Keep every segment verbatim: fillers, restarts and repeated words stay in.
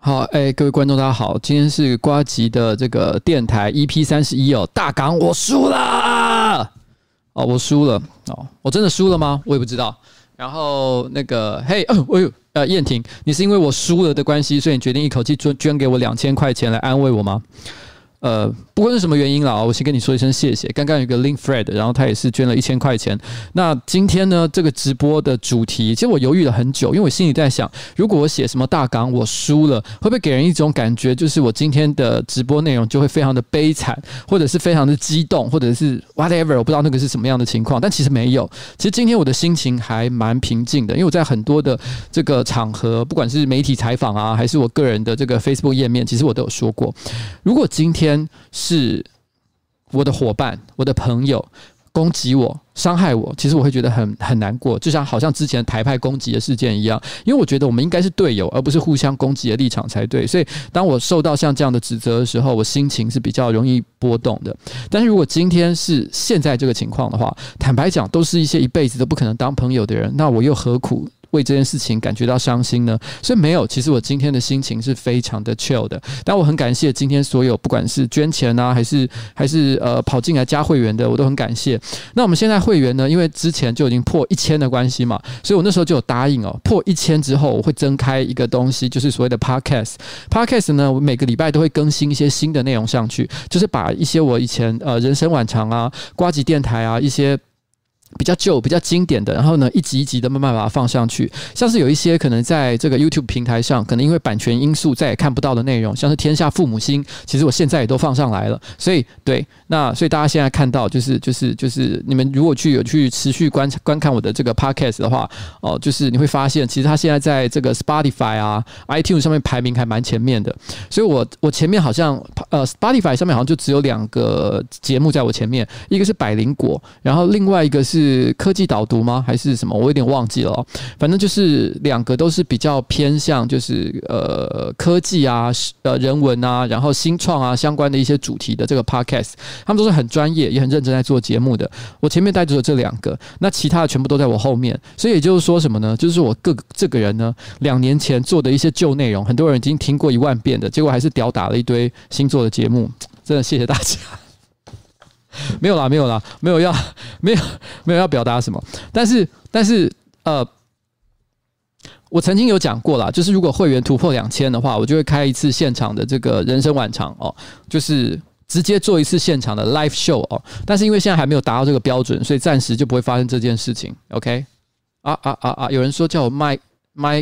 好，哎、欸，各位观众，大家好，今天是呱吉的这个电台 E P 三十一哦，大港我输了哦，我输了哦，我真的输了吗？我也不知道。然后那个，嘿，哦，哎呦，呃，燕婷，你是因为我输了的关系，所以你决定一口气捐捐给我两千块钱来安慰我吗？呃，不管是什么原因啦，我先跟你说一声谢谢。刚刚有一个 Link Fred， 然后他也是捐了一千块钱。那今天呢，这个直播的主题，其实我犹豫了很久，因为我心里在想，如果我写什么大纲我输了，会不会给人一种感觉，就是我今天的直播内容就会非常的悲惨，或者是非常的激动，或者是 whatever， 我不知道那个是什么样的情况。但其实没有，其实今天我的心情还蛮平静的，因为我在很多的这个场合，不管是媒体采访啊，还是我个人的这个 Facebook 页面，其实我都有说过，如果今天是我的伙伴、我的朋友攻击我、伤害我，其实我会觉得很很难过，就像好像之前台派攻击的事件一样，因为我觉得我们应该是队友，而不是互相攻击的立场才对。所以，当我受到像这样的指责的时候，我心情是比较容易波动的。但是如果今天是现在这个情况的话，坦白讲，都是一些一辈子都不可能当朋友的人，那我又何苦为这件事情感觉到伤心呢？所以没有，其实我今天的心情是非常的 chill 的。但我很感谢今天所有不管是捐钱啊，还是还是呃跑进来加会员的，我都很感谢。那我们现在会员呢，因为之前就已经破一千的关系嘛，所以我那时候就有答应哦，破一千之后我会增开一个东西，就是所谓的 podcast。podcast 呢，我每个礼拜都会更新一些新的内容上去，就是把一些我以前呃人生晚长啊、呱吉电台啊一些比较旧、比较经典的，然后呢，一集一集的慢慢把它放上去。像是有一些可能在这个 YouTube 平台上，可能因为版权因素再也看不到的内容，像是《天下父母心》，其实我现在也都放上来了。所以，对，那所以大家现在看到，就是就是就是你们如果去有去持续观观看我的这个 Podcast 的话，哦，就是你会发现，其实它现在在这个 Spotify 啊、iTunes 上面排名还蛮前面的。所以我我前面好像呃 Spotify 上面好像就只有两个节目在我前面，一个是百灵果，然后另外一个是。是科技导读吗？还是什么？我有点忘记了哦。反正就是两个都是比较偏向，就是呃科技啊、呃人文啊，然后新创啊相关的一些主题的这个 podcast， 他们都是很专业，也很认真在做节目的。我前面带着了这两个，那其他的全部都在我后面。所以也就是说什么呢？就是我各这个人呢，两年前做的一些旧内容，很多人已经听过一万遍的，结果还是屌打了一堆新做的节目。真的谢谢大家。没有啦，没有啦，没有要，没有没有要表达什么。但是，但是，呃，我曾经有讲过啦，就是如果会员突破两千的话，我就会开一次现场的这个人生晚场哦，就是直接做一次现场的 live show 哦。但是因为现在还没有达到这个标准，所以暂时就不会发生这件事情。OK？ 啊啊啊啊！有人说叫我麦麦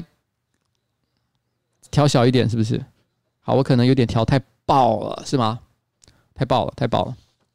调小一点，是不是？好，我可能有点调太爆了，是吗？太爆了，太爆了。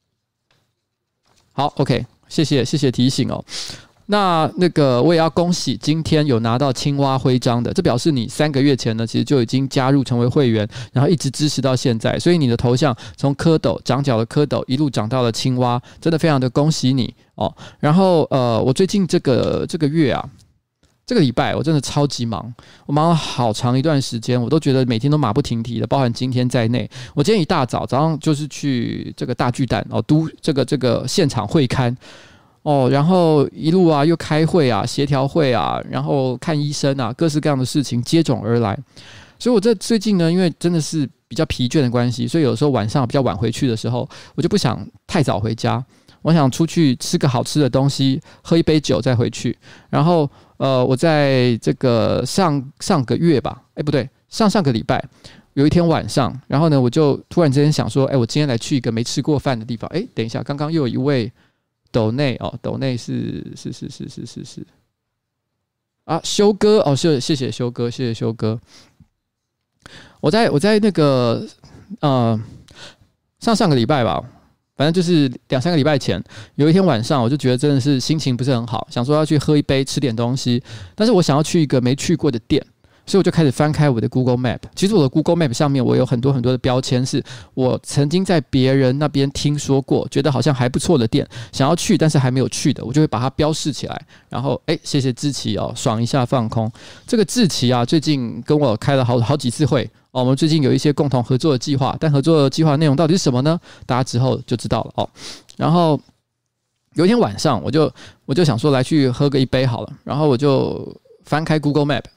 好 ，OK， 谢谢谢谢提醒哦。那那个我也要恭喜今天有拿到青蛙徽章的，这表示你三个月前呢，其实就已经加入成为会员，然后一直支持到现在，所以你的头像从蝌蚪长角的蝌蚪一路长到了青蛙，真的非常的恭喜你哦。然后呃，我最近这个这个月啊。这个礼拜我真的超级忙，我忙了好长一段时间，我都觉得每天都马不停蹄的，包含今天在内。我今天一大早早上就是去这个大巨蛋哦，都这个这个现场会勘哦，然后一路啊又开会啊、协调会啊，然后看医生啊，各式各样的事情接踵而来。所以我这最近呢，因为真的是比较疲倦的关系，所以有时候晚上比较晚回去的时候，我就不想太早回家。我想出去吃个好吃的东西，喝一杯酒再回去。然后，呃，我在这个上上个月吧，哎，不对，上上个礼拜有一天晚上，然后呢，我就突然之间想说，哎，我今天来去一个没吃过饭的地方。哎，等一下，刚刚又有一位斗内哦，斗内是是是是是是是啊，修哥哦，谢谢谢修哥，谢谢修哥。我在我在那个呃上上个礼拜吧。反正就是两三个礼拜前，有一天晚上，我就觉得真的是心情不是很好，想说要去喝一杯，吃点东西。但是我想要去一个没去过的店，所以我就开始翻开我的 Google Map。其实我的 Google Map 上面我有很多很多的标签，是我曾经在别人那边听说过，觉得好像还不错的店，想要去但是还没有去的，我就会把它标示起来。然后，哎，谢谢志奇哦，爽一下放空。这个志奇啊，最近跟我开了好好几次会。哦，我们最近有一些共同合作的计划，但合作的计划内容到底是什么呢？大家之后就知道了哦。然后有一天晚上，我就我就想说来去喝个一杯好了，然后我就翻开 Google Map，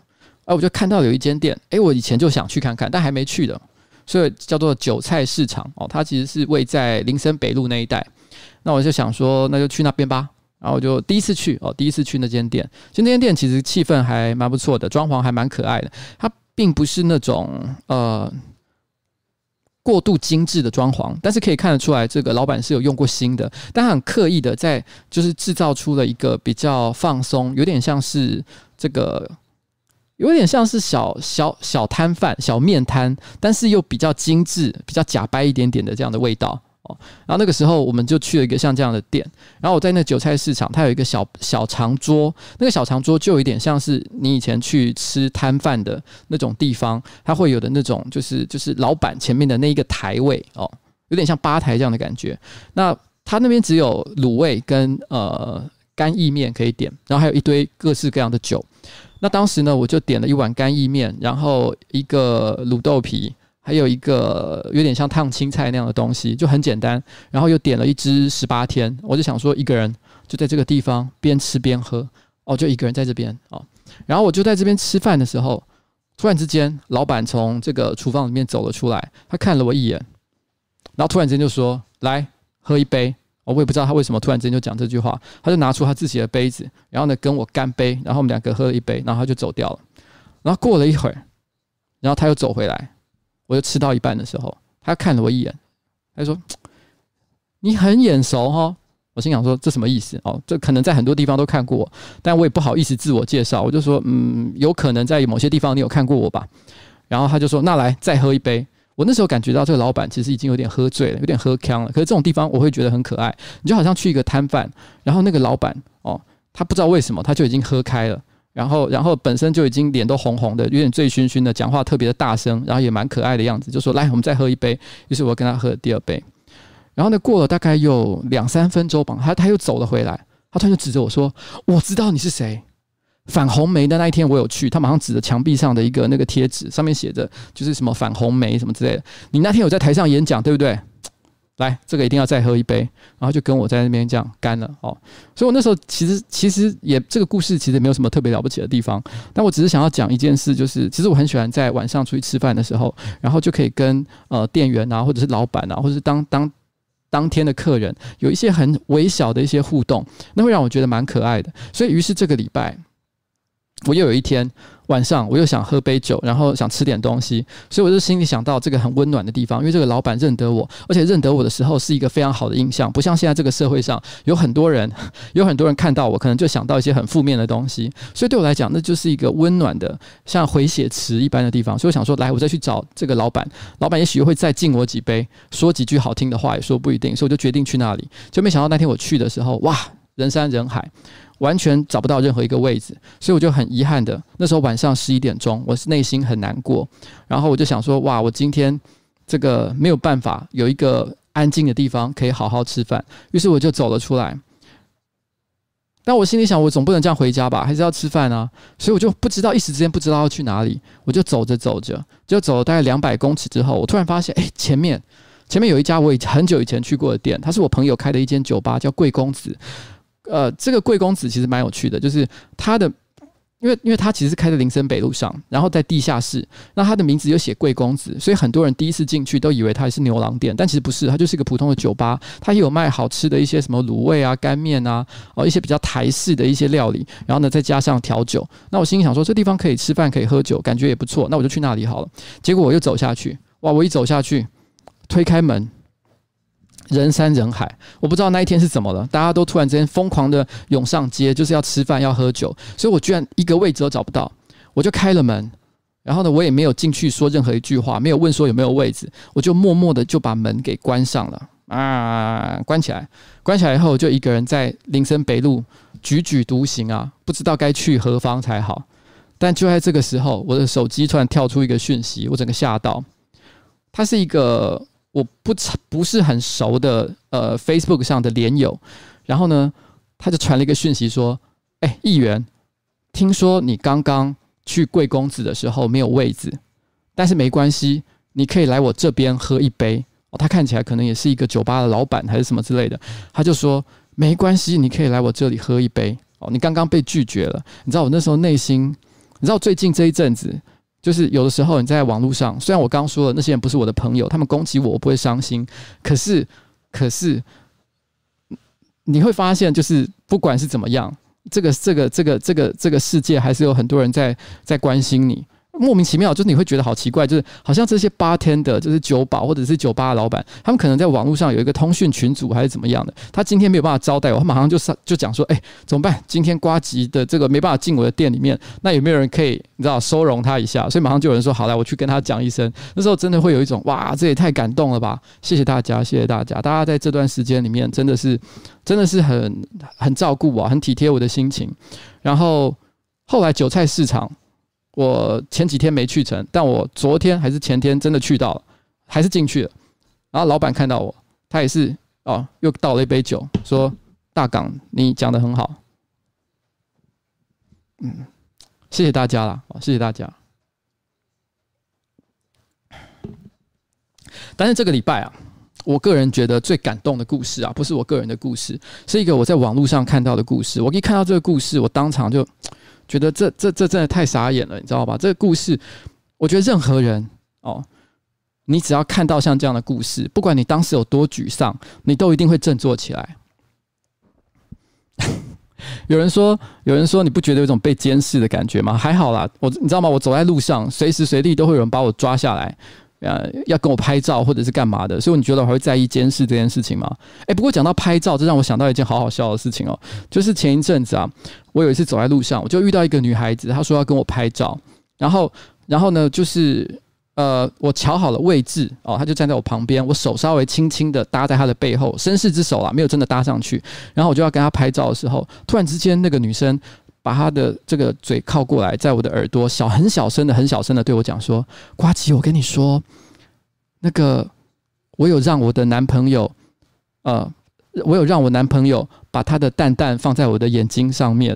哎，我就看到有一间店，哎，我以前就想去看看，但还没去的，所以叫做韭菜市场哦，它其实是位在林森北路那一带。那我就想说，那就去那边吧。然后我就第一次去哦，第一次去那间店，其实那间店其实气氛还蛮不错的，装潢还蛮可爱的。它并不是那种呃过度精致的装潢，但是可以看得出来，这个老板是有用过心的，但他很刻意的在就是制造出了一个比较放松，有点像是这个。有点像是小小小摊贩、小面摊，但是又比较精致、比较假掰一点点的这样的味道哦。然后那个时候我们就去了一个像这样的店，然后我在那韭菜市场，它有一个小小长桌，那个小长桌就有一点像是你以前去吃摊贩的那种地方，它会有的那种就是就是老板前面的那一个台位哦，有点像吧台这样的感觉。那他那边只有卤味跟呃干意面可以点，然后还有一堆各式各样的酒。那当时呢，我就点了一碗干意面，然后一个卤豆皮，还有一个有点像烫青菜那样的东西，就很简单。然后又点了一支十八天，我就想说一个人就在这个地方边吃边喝，哦，就一个人在这边哦。然后我就在这边吃饭的时候，突然之间，老板从这个厨房里面走了出来，他看了我一眼，然后突然之间就说：“来，喝一杯。”我也不知道他为什么突然之间就讲这句话，他就拿出他自己的杯子，然后呢跟我干杯，然后我们两个喝了一杯，然后他就走掉了。然后过了一会儿，然后他又走回来，我就吃到一半的时候，他看了我一眼，他就说：“你很眼熟哦。”我心想说这什么意思哦？这可能在很多地方都看过我，但我也不好意思自我介绍，我就说嗯，有可能在某些地方你有看过我吧。然后他就说：“那来再喝一杯。”我那时候感觉到这个老板其实已经有点喝醉了，有点喝呛了。可是这种地方我会觉得很可爱，你就好像去一个摊贩，然后那个老板哦，他不知道为什么他就已经喝开了，然后然后本身就已经脸都红红的，有点醉醺醺的，讲话特别的大声，然后也蛮可爱的样子，就说来我们再喝一杯。于是我跟他喝了第二杯，然后呢过了大概有两三分钟吧，他他又走了回来，他突然就指着我说：“我知道你是谁。”反红梅的那一天我有去，他马上指着墙壁上的一个那个贴纸，上面写着就是什么反红梅什么之类的。你那天有在台上演讲对不对？来，这个一定要再喝一杯，然后就跟我在那边这样干了哦。所以我那时候其实其实也这个故事其实没有什么特别了不起的地方，但我只是想要讲一件事，就是其实我很喜欢在晚上出去吃饭的时候，然后就可以跟呃店员啊，或者是老板啊，或者是当当当天的客人有一些很微小的一些互动，那会让我觉得蛮可爱的。所以于是这个礼拜。我又有一天晚上，我又想喝杯酒，然后想吃点东西，所以我就心里想到这个很温暖的地方，因为这个老板认得我，而且认得我的时候是一个非常好的印象，不像现在这个社会上有很多人，有很多人看到我，可能就想到一些很负面的东西，所以对我来讲，那就是一个温暖的，像回血池一般的地方。所以我想说，来，我再去找这个老板，老板也许会再敬我几杯，说几句好听的话，也说不一定，所以我就决定去那里。就没想到那天我去的时候，哇，人山人海。完全找不到任何一个位置，所以我就很遗憾的，那时候晚上十一点钟，我是内心很难过，然后我就想说，哇，我今天这个没有办法有一个安静的地方可以好好吃饭，于是我就走了出来。但我心里想，我总不能这样回家吧，还是要吃饭啊，所以我就不知道，一时之间不知道要去哪里，我就走着走着，就走了大概两百公尺之后，我突然发现，哎，前面前面有一家我很久以前去过的店，它是我朋友开的一间酒吧，叫贵公子。呃，这个贵公子其实蛮有趣的，就是他的，因为因为他其实是开在林森北路上，然后在地下室，那他的名字有写贵公子，所以很多人第一次进去都以为他是牛郎店，但其实不是，他就是一个普通的酒吧，他也有卖好吃的一些什么卤味啊、干面啊，哦，一些比较台式的一些料理，然后呢再加上调酒。那我心里想说，这地方可以吃饭，可以喝酒，感觉也不错，那我就去那里好了。结果我又走下去，哇，我一走下去，推开门。人山人海，我不知道那一天是怎么了，大家都突然之间疯狂的涌上街，就是要吃饭要喝酒，所以我居然一个位置都找不到，我就开了门，然后呢，我也没有进去说任何一句话，没有问说有没有位置，我就默默的就把门给关上了啊，关起来，关起来以后，我就一个人在林森北路踽踽独行啊，不知道该去何方才好。但就在这个时候，我的手机突然跳出一个讯息，我整个吓到，它是一个。我不不是很熟的呃 Facebook 上的连友，然后呢，他就传了一个讯息说：“哎、欸，议员，听说你刚刚去贵公子的时候没有位置，但是没关系，你可以来我这边喝一杯。”哦，他看起来可能也是一个酒吧的老板还是什么之类的，他就说：“没关系，你可以来我这里喝一杯。”哦，你刚刚被拒绝了，你知道我那时候内心你知道最近这一阵子，就是有的时候你在网络上，虽然我刚刚说了那些人不是我的朋友，他们攻击我，我不会伤心，可是，可是你会发现，就是不管是怎么样，这个这个这个这个这个世界还是有很多人在在关心你。莫名其妙，就是你会觉得好奇怪，就是好像这些bartender，就是酒保或者是酒吧的老板，他们可能在网络上有一个通讯群组还是怎么样的，他今天没有办法招待我，他马上就就讲说，哎、欸，怎么办？今天呱吉的这个没办法进我的店里面，那有没有人可以你知道收容他一下？所以马上就有人说，好来，我去跟他讲一声。那时候真的会有一种哇，这也太感动了吧！谢谢大家，谢谢大家，大家在这段时间里面真的是真的是很很照顾我，很体贴我的心情。然后后来韭菜市场。我前几天没去成，但我昨天还是前天真的去到了，还是进去了。然后老板看到我，他也是哦，又倒了一杯酒，说：“大港，你讲得很好。”嗯，谢谢大家啦，谢谢大家。但是这个礼拜啊，我个人觉得最感动的故事啊，不是我个人的故事，是一个我在网络上看到的故事。我一看到这个故事，我当场就。觉得这这这真的太傻眼了，你知道吧？这个故事，我觉得任何人哦，你只要看到像这样的故事，不管你当时有多沮丧，你都一定会振作起来。有人说，有人说，你不觉得有一种被监视的感觉吗？还好啦，我你知道吗？我走在路上，随时随地都会有人把我抓下来。呃，要跟我拍照或者是干嘛的，所以你觉得我还会在意监视这件事情吗？哎、欸，不过讲到拍照，这让我想到一件好好笑的事情哦，就是前一阵子啊，我有一次走在路上，我就遇到一个女孩子，她说要跟我拍照，然后，然后呢，就是呃，我瞧好了位置哦，她就站在我旁边，我手稍微轻轻的搭在她的背后，绅士之手啦，没有真的搭上去，然后我就要跟她拍照的时候，突然之间那个女生把她的这个嘴靠过来，在我的耳朵小很小声的、很小声的对我讲说：“呱吉，我跟你说。”那个，我有让我的男朋友，呃，我有让我男朋友把他的蛋蛋放在我的眼睛上面，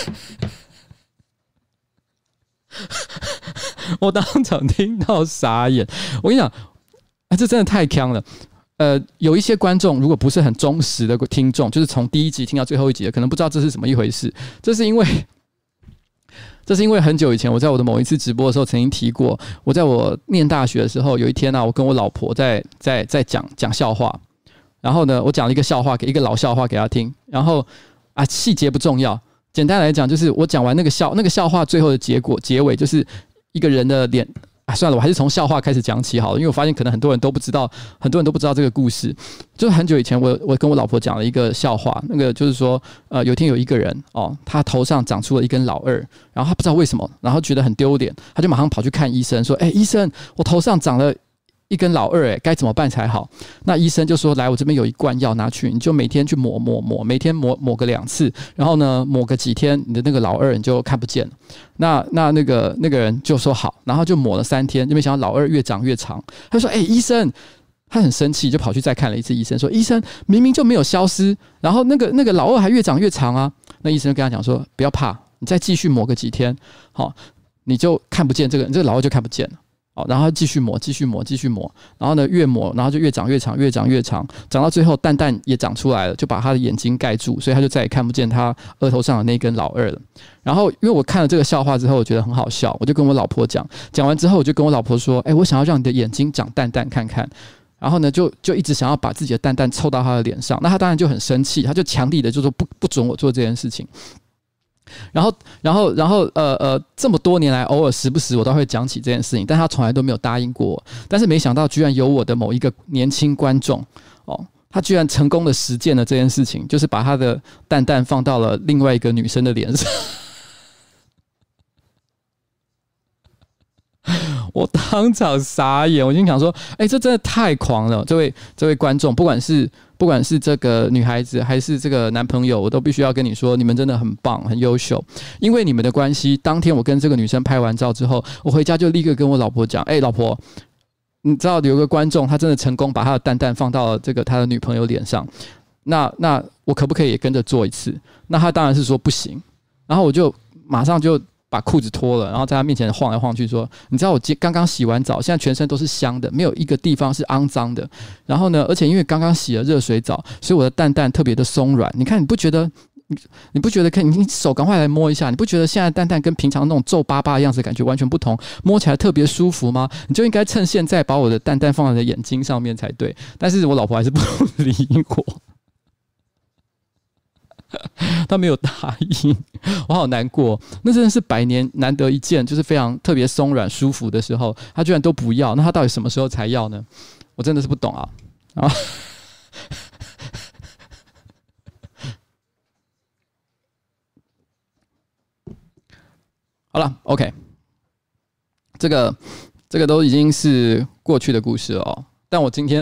我当场听到傻眼。我跟你讲，啊，这真的太强了。呃，有一些观众如果不是很忠实的听众，就是从第一集听到最后一集的，可能不知道这是什么一回事。这是因为。这是因为很久以前，我在我的某一次直播的时候曾经提过，我在我念大学的时候，有一天呢、啊，我跟我老婆在在在讲讲笑话，然后呢，我讲了一个笑话给一个老笑话给她听，然后啊细节不重要，简单来讲就是我讲完那个笑那个笑话最后的结果结尾就是一个人的脸。啊，算了，我还是从笑话开始讲起好了，因为我发现可能很多人都不知道，很多人都不知道这个故事。就是很久以前我，我我跟我老婆讲了一个笑话，那个就是说，呃，有一天有一个人哦，他头上长出了一根老二，然后他不知道为什么，然后觉得很丢脸，他就马上跑去看医生，说：“哎、欸，医生，我头上长了一根老二，哎，该怎么办才好？”那医生就说：“来，我这边有一罐药，拿去，你就每天去抹抹抹，每天抹抹个两次，然后呢，抹个几天，你的那个老二你就看不见了。”那那那个那个人就说好，然后就抹了三天，就没想到老二越长越长。他就说：“哎、欸，医生。”他很生气，就跑去再看了一次医生，说：“医生，明明就没有消失，然后那个那个老二还越长越长啊。”那医生就跟他讲说：“不要怕，你再继续抹个几天，好，你就看不见这个，你这个老二就看不见了。”哦，然后继续抹，继续抹，继续抹，然后呢，越抹，然后就越长越长，越长越长，长到最后蛋蛋也长出来了，就把他的眼睛盖住，所以他就再也看不见他额头上的那根老二了。然后，因为我看了这个笑话之后，我觉得很好笑，我就跟我老婆讲，讲完之后，我就跟我老婆说：“哎、欸，我想要让你的眼睛长蛋蛋看看。”然后呢，就就一直想要把自己的蛋蛋凑到他的脸上，那他当然就很生气，他就强力的就说不不准我做这件事情。然后，然后，然后，呃呃，这么多年来，偶尔时不时我都会讲起这件事情，但他从来都没有答应过我。但是没想到，居然有我的某一个年轻观众哦，他居然成功的实践了这件事情，就是把他的蛋蛋放到了另外一个女生的脸上。我当场傻眼，我就想说，哎、欸，这真的太狂了！这位这位观众，不管是不管是这个女孩子还是这个男朋友，我都必须要跟你说，你们真的很棒，很优秀。因为你们的关系，当天我跟这个女生拍完照之后，我回家就立刻跟我老婆讲，哎、欸，老婆，你知道有个观众他真的成功把他的蛋蛋放到了这个他的女朋友脸上，那那我可不可以也跟着做一次？那他当然是说不行，然后我就马上就把裤子脱了，然后在他面前晃来晃去，说：“你知道我刚刚洗完澡，现在全身都是香的，没有一个地方是肮脏的。然后呢，而且因为刚刚洗了热水澡，所以我的蛋蛋特别的松软。你看，你不觉得你你不觉得可以？你手赶快来摸一下，你不觉得现在蛋蛋跟平常那种皱巴巴的样子感觉完全不同，摸起来特别舒服吗？你就应该趁现在把我的蛋蛋放在你的眼睛上面才对。但是我老婆还是不理我，她没有答应，我好难过。那真的是百年难得一见，就是非常特别松软舒服的时候，她居然都不要。那她到底什么时候才要呢？我真的是不懂啊！啊。好了 ，OK， 这个这个都已经是过去的故事了哦。但我今天，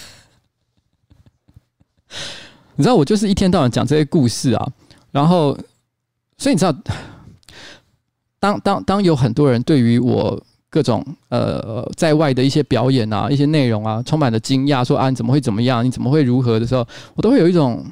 你知道，我就是一天到晚讲这些故事啊，然后，所以你知道，当当当有很多人对于我各种呃在外的一些表演啊、一些内容啊，充满了惊讶，说啊你怎么会怎么样，你怎么会如何的时候，我都会有一种。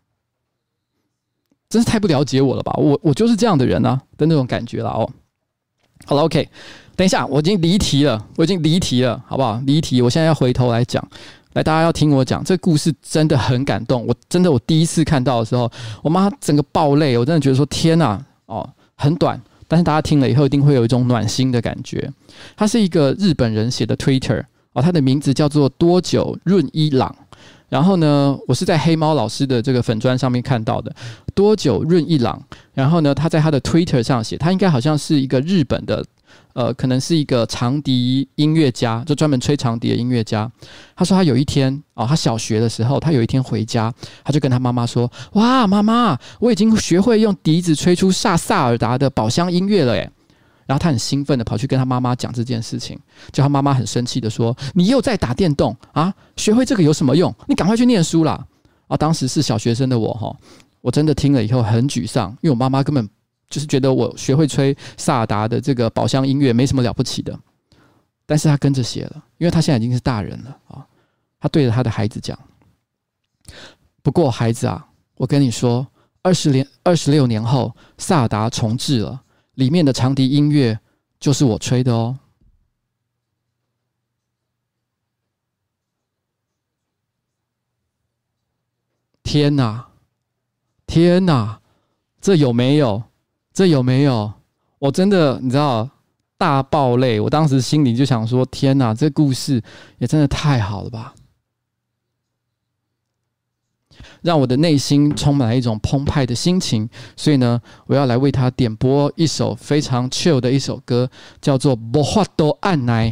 真是太不了解我了吧！我我就是这样的人啊的那种感觉啦哦。好了 ，OK， 等一下，我已经离题了，我已经离题了，好不好？离题，我现在要回头来讲，来，大家要听我讲，这个故事真的很感动。我真的，我第一次看到的时候，我妈整个爆泪，我真的觉得说天哪，哦，很短，但是大家听了以后一定会有一种暖心的感觉。他是一个日本人写的 Twitter 哦，他的名字叫做多久润一郎。然后呢，我是在黑猫老师的这个粉专上面看到的，多久润一郎。然后呢，他在他的 Twitter 上写，他应该好像是一个日本的，呃，可能是一个长笛音乐家，就专门吹长笛的音乐家。他说他有一天哦，他小学的时候，他有一天回家，他就跟他妈妈说：“哇，妈妈，我已经学会用笛子吹出萨萨尔达的宝箱音乐了耶！”然后他很兴奋的跑去跟他妈妈讲这件事情，就他妈妈很生气的说：“你又在打电动啊？学会这个有什么用？你赶快去念书啦！”啊，当时是小学生的我哈，我真的听了以后很沮丧，因为我妈妈根本就是觉得我学会吹萨尔达的这个宝箱音乐没什么了不起的。但是他跟着写了，因为他现在已经是大人了啊，他对着他的孩子讲：“不过孩子啊，我跟你说，二十年二十六年后，萨尔达重置了。”里面的长笛音乐就是我吹的哦。天哪，天哪，这有没有？这有没有？我真的，你知道，大爆泪。我当时心里就想说：天哪，这故事也真的太好了吧！让我的内心充满了一种澎湃的心情，所以呢，我要来为他点播一首非常 chill 的一首歌，叫做《无法度按捺》。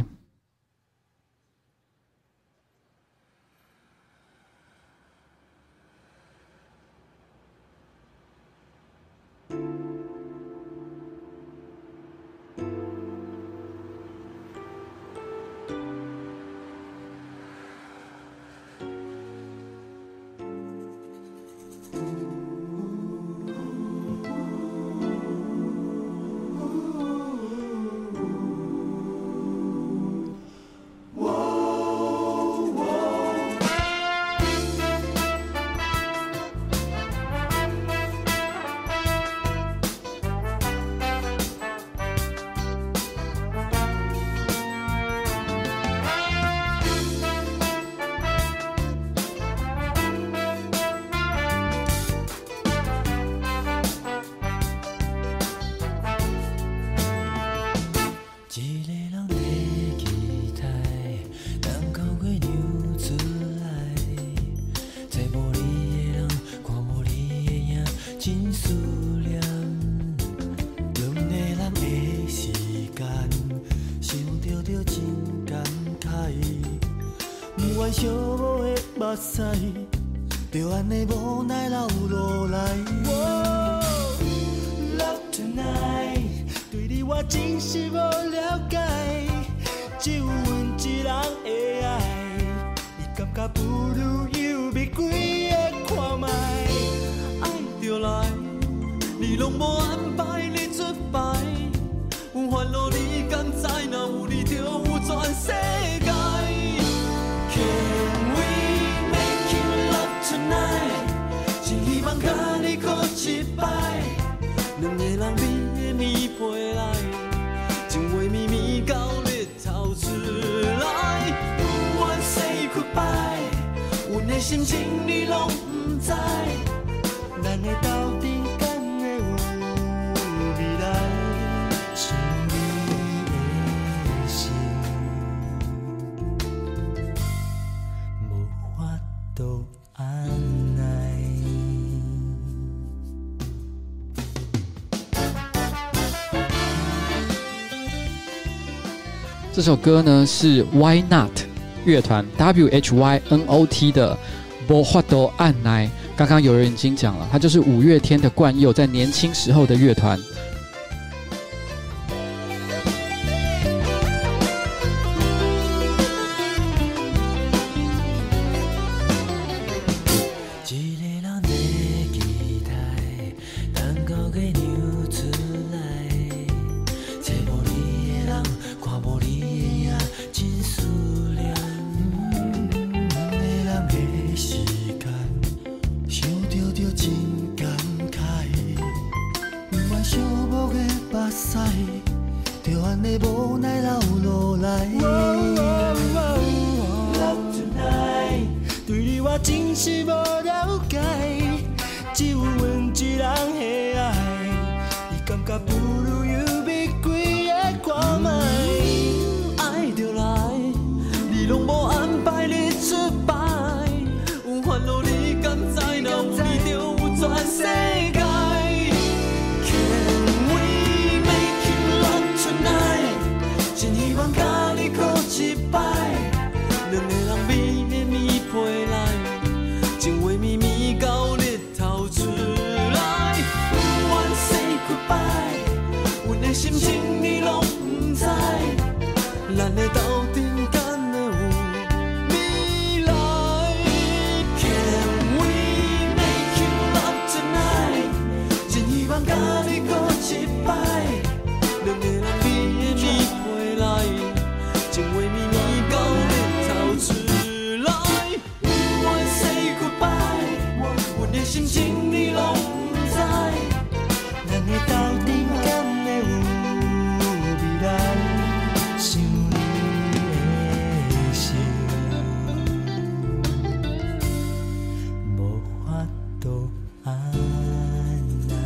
就安尼无奈流落来。Love tonight， 对你我真是无了解，只有阮一人的爱，你感觉不如有味几个看卖。爱就来，你拢无安排你出牌，有烦恼你敢知？若有你就有全世界。只希望甲你过一摆，两个人美的棉被来，情话绵绵到日头出来。不愿 say goodbye， 阮的心情你拢不知，咱的斗阵。 这首歌呢是 Why Not 乐团 W H Y N O T 的无法度按捺。刚刚有人已经讲了，它就是五月天的冠佑在年轻时候的乐团。 真是无了解，只有阮一人的爱，你感觉不如犹比规个看卖，爱就来，你拢无安排你出牌，有烦恼你敢知？若有你就有全世界。Can we make it love tonight？ 真希望甲你靠一摆，两个人美的棉被来。情话绵绵到日头出来 ，One say goodbye， 阮的心情你拢不知，咱的斗阵敢会有未来 ？Can we make it love tonight？ 真希望甲你过一摆，两个人美的棉被来，情话绵绵到日头出来。的心情你拢不知，咱的斗阵敢会有未来？想你的心，无法度按捺。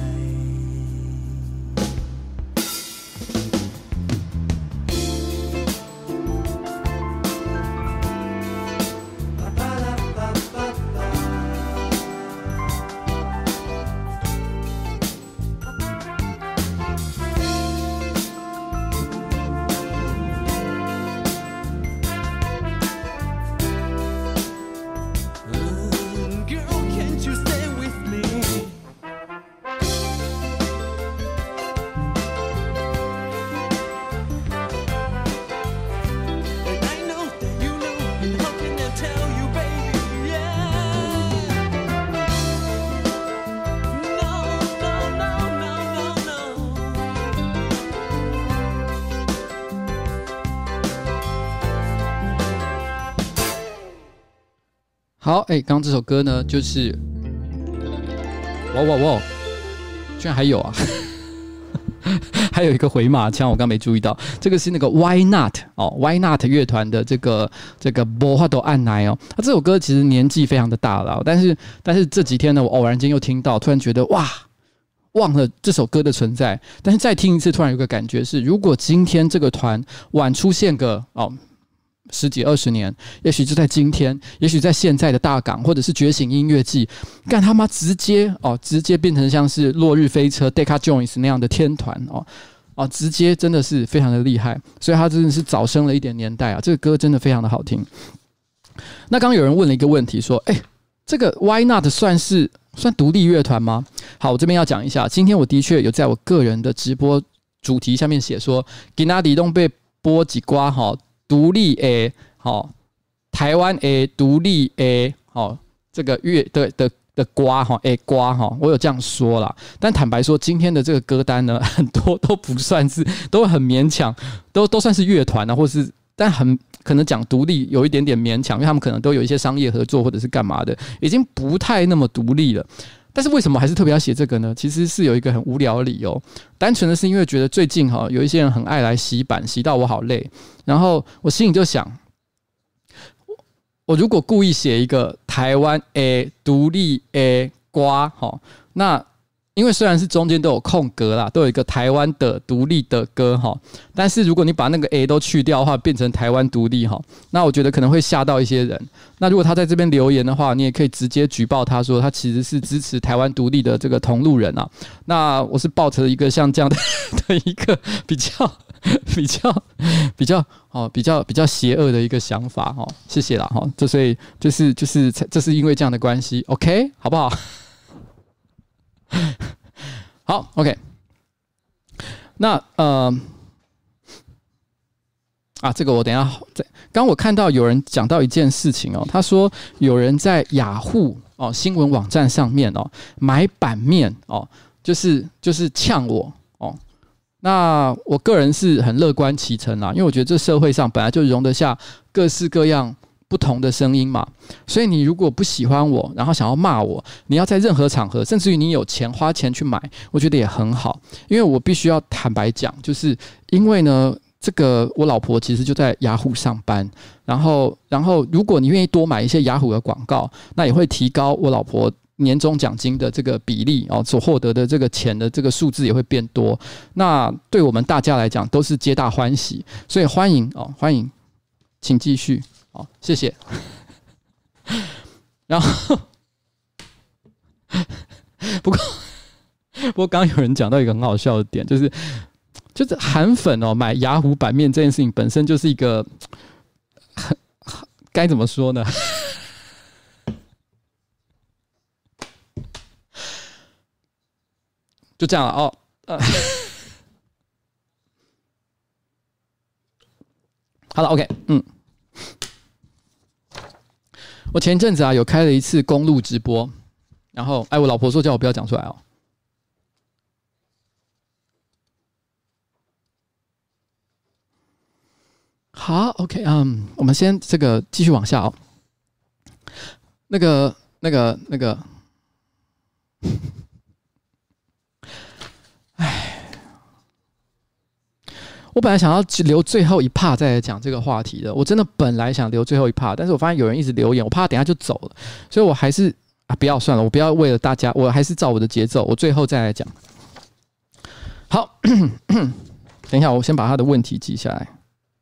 好，哎、欸，刚刚这首歌呢，就是哇哇哇，居然还有啊！还有一个回马枪，我刚没注意到，这个是那个 Why Not 哦 ，Why Not 乐团的这个这个无法度按捺哦。那、啊、这首歌其实年纪非常的大了，但是但是这几天呢，我偶然间又听到，突然觉得哇，忘了这首歌的存在。但是再听一次，突然有个感觉是，如果今天这个团晚出现个哦。十几二十年，也许就在今天，也许在现在的大港，或者是觉醒音乐季，干他妈直接哦，直接变成像是落日飞车、Decca Jones 那样的天团哦哦，直接真的是非常的厉害，所以他真的是早生了一点年代啊，这个歌真的非常的好听。那刚刚有人问了一个问题，说，哎、欸，这个 Why Not 算是算独立乐团吗？好，我这边要讲一下，今天我的确有在我个人的直播主题下面写说，今仔日都被播几瓜哈。独立的，好，台湾的独立的，好，这个乐的的的瓜哈，诶瓜哈，我有这样说啦。但坦白说，今天的这个歌单呢，很多都不算是，都很勉强，都都算是乐团啊，或是，但很可能讲独立有一点点勉强，因为他们可能都有一些商业合作或者是干嘛的，已经不太那么独立了。但是为什么还是特别要写这个呢？其实是有一个很无聊的理由，单纯的是因为觉得最近哈有一些人很爱来洗版，洗到我好累。然后我心里就想，我如果故意写一个台湾的独立的歌哈，那因为虽然是中间都有空格啦，都有一个台湾的独立的歌哈，但是如果你把那个 A 都去掉的话，变成台湾独立哈，那我觉得可能会吓到一些人。那如果他在这边留言的话，你也可以直接举报他说他其实是支持台湾独立的这个同路人啊。那我是抱着一个像这样的的一个比较比较比较哦比较比较邪恶的一个想法哈，谢谢啦哈。这所以就是就是这是因为这样的关系 ，OK 好不好？好 ，OK。那呃啊，这个我等一下再。刚我看到有人讲到一件事情哦，他说有人在雅虎哦新闻网站上面哦买版面哦，就是就是呛我哦。那我个人是很乐观其成啦，因为我觉得这社会上本来就容得下各式各样不同的声音嘛，所以你如果不喜欢我，然后想要骂我，你要在任何场合，甚至于你有钱花钱去买，我觉得也很好。因为我必须要坦白讲，就是因为呢，这个我老婆其实就在雅虎上班，然后，然后如果你愿意多买一些雅虎的广告，那也会提高我老婆年终奖金的这个比例哦，所获得的这个钱的这个数字也会变多。那对我们大家来讲都是皆大欢喜，所以欢迎哦，欢迎，请继续。好，谢谢。然后，不过，不过，刚刚有人讲到一个很好笑的点，就是，就是韩粉哦买雅虎版面这件事情本身就是一个，该怎么说呢？就这样了哦。呃、好了 ，OK， 嗯。我前一阵子啊有开了一次公路直播，然后哎，我老婆说叫我不要讲出来哦。好 ，OK， 嗯，我们先这个继续往下哦。那个、那个、那个，哎。我本来想要留最后一 part 再来讲这个话题的，我真的本来想留最后一 part， 但是我发现有人一直留言，我怕他等一下就走了，所以我还是啊不要算了，我不要为了大家，我还是照我的节奏，我最后再来讲。好，等一下，我先把他的问题记下来。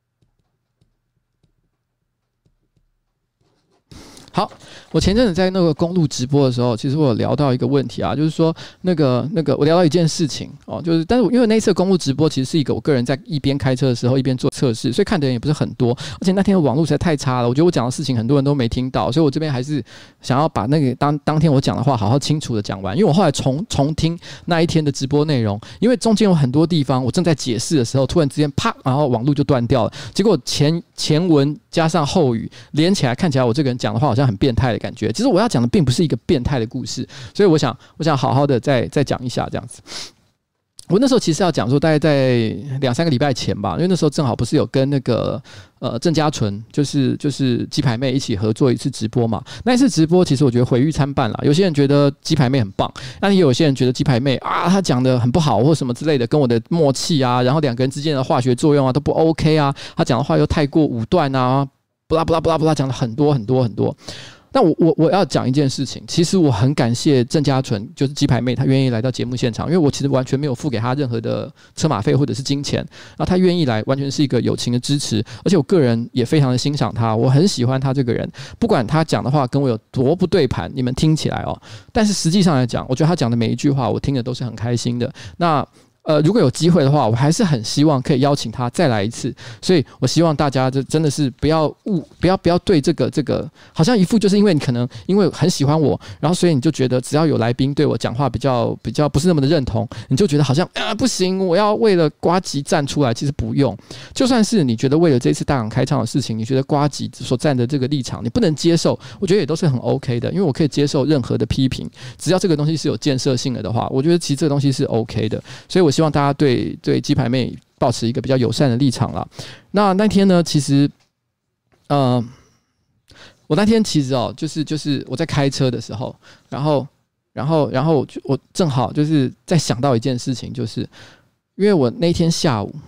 好，我前阵子在那个公路直播的时候，其实我有聊到一个问题啊，就是说那个那个我聊到一件事情哦，就是但是因为那一次公路直播其实是一个我个人在一边开车的时候一边做测试，所以看的人也不是很多，而且那天的网络实在太差了，我觉得我讲的事情很多人都没听到，所以我这边还是想要把那个当当天我讲的话好好清楚的讲完，因为我后来重重听那一天的直播内容，因为中间有很多地方我正在解释的时候，突然之间啪，然后网络就断掉了，结果前前文加上后语连起来，看起来我这个人讲的话好像很变态的感觉。其实我要讲的并不是一个变态的故事，所以我想，我想好好的再再讲一下这样子。我那时候其实要讲说，大概在两三个礼拜前吧，因为那时候正好不是有跟那个呃郑家纯，就是就是鸡排妹一起合作一次直播嘛。那一次直播，其实我觉得毁誉参半啦。有些人觉得鸡排妹很棒，但也有些人觉得鸡排妹啊，她讲的很不好或什么之类的，跟我的默契啊，然后两个人之间的化学作用啊都不 OK 啊，她讲的话又太过武断啊，不啦不啦不啦不啦，讲了很多很多很多。但我我我要讲一件事情，其实我很感谢郑家纯，就是鸡排妹，她愿意来到节目现场，因为我其实完全没有付给她任何的车马费或者是金钱，然后她愿意来，完全是一个友情的支持，而且我个人也非常的欣赏她，我很喜欢她这个人，不管她讲的话跟我有多不对盘，你们听起来哦，但是实际上来讲，我觉得她讲的每一句话，我听的都是很开心的。那呃，如果有机会的话，我还是很希望可以邀请他再来一次。所以我希望大家这真的是不要误，不要不要对这个这个，好像一副就是因为你可能因为很喜欢我，然后所以你就觉得只要有来宾对我讲话比较比较不是那么的认同，你就觉得好像啊不行，我要为了呱吉站出来。其实不用，就算是你觉得为了这次大港开唱的事情，你觉得呱吉所站的这个立场你不能接受，我觉得也都是很 OK 的，因为我可以接受任何的批评，只要这个东西是有建设性的的话，我觉得其实这个东西是 OK 的。所以我希望大家对对鸡排妹抱持一个比较友善的立场啦。那那天呢，其实，呃，我那天其实哦，就是就是我在开车的时候，然后然后然后我正好就是在想到一件事情，就是因为我那天下午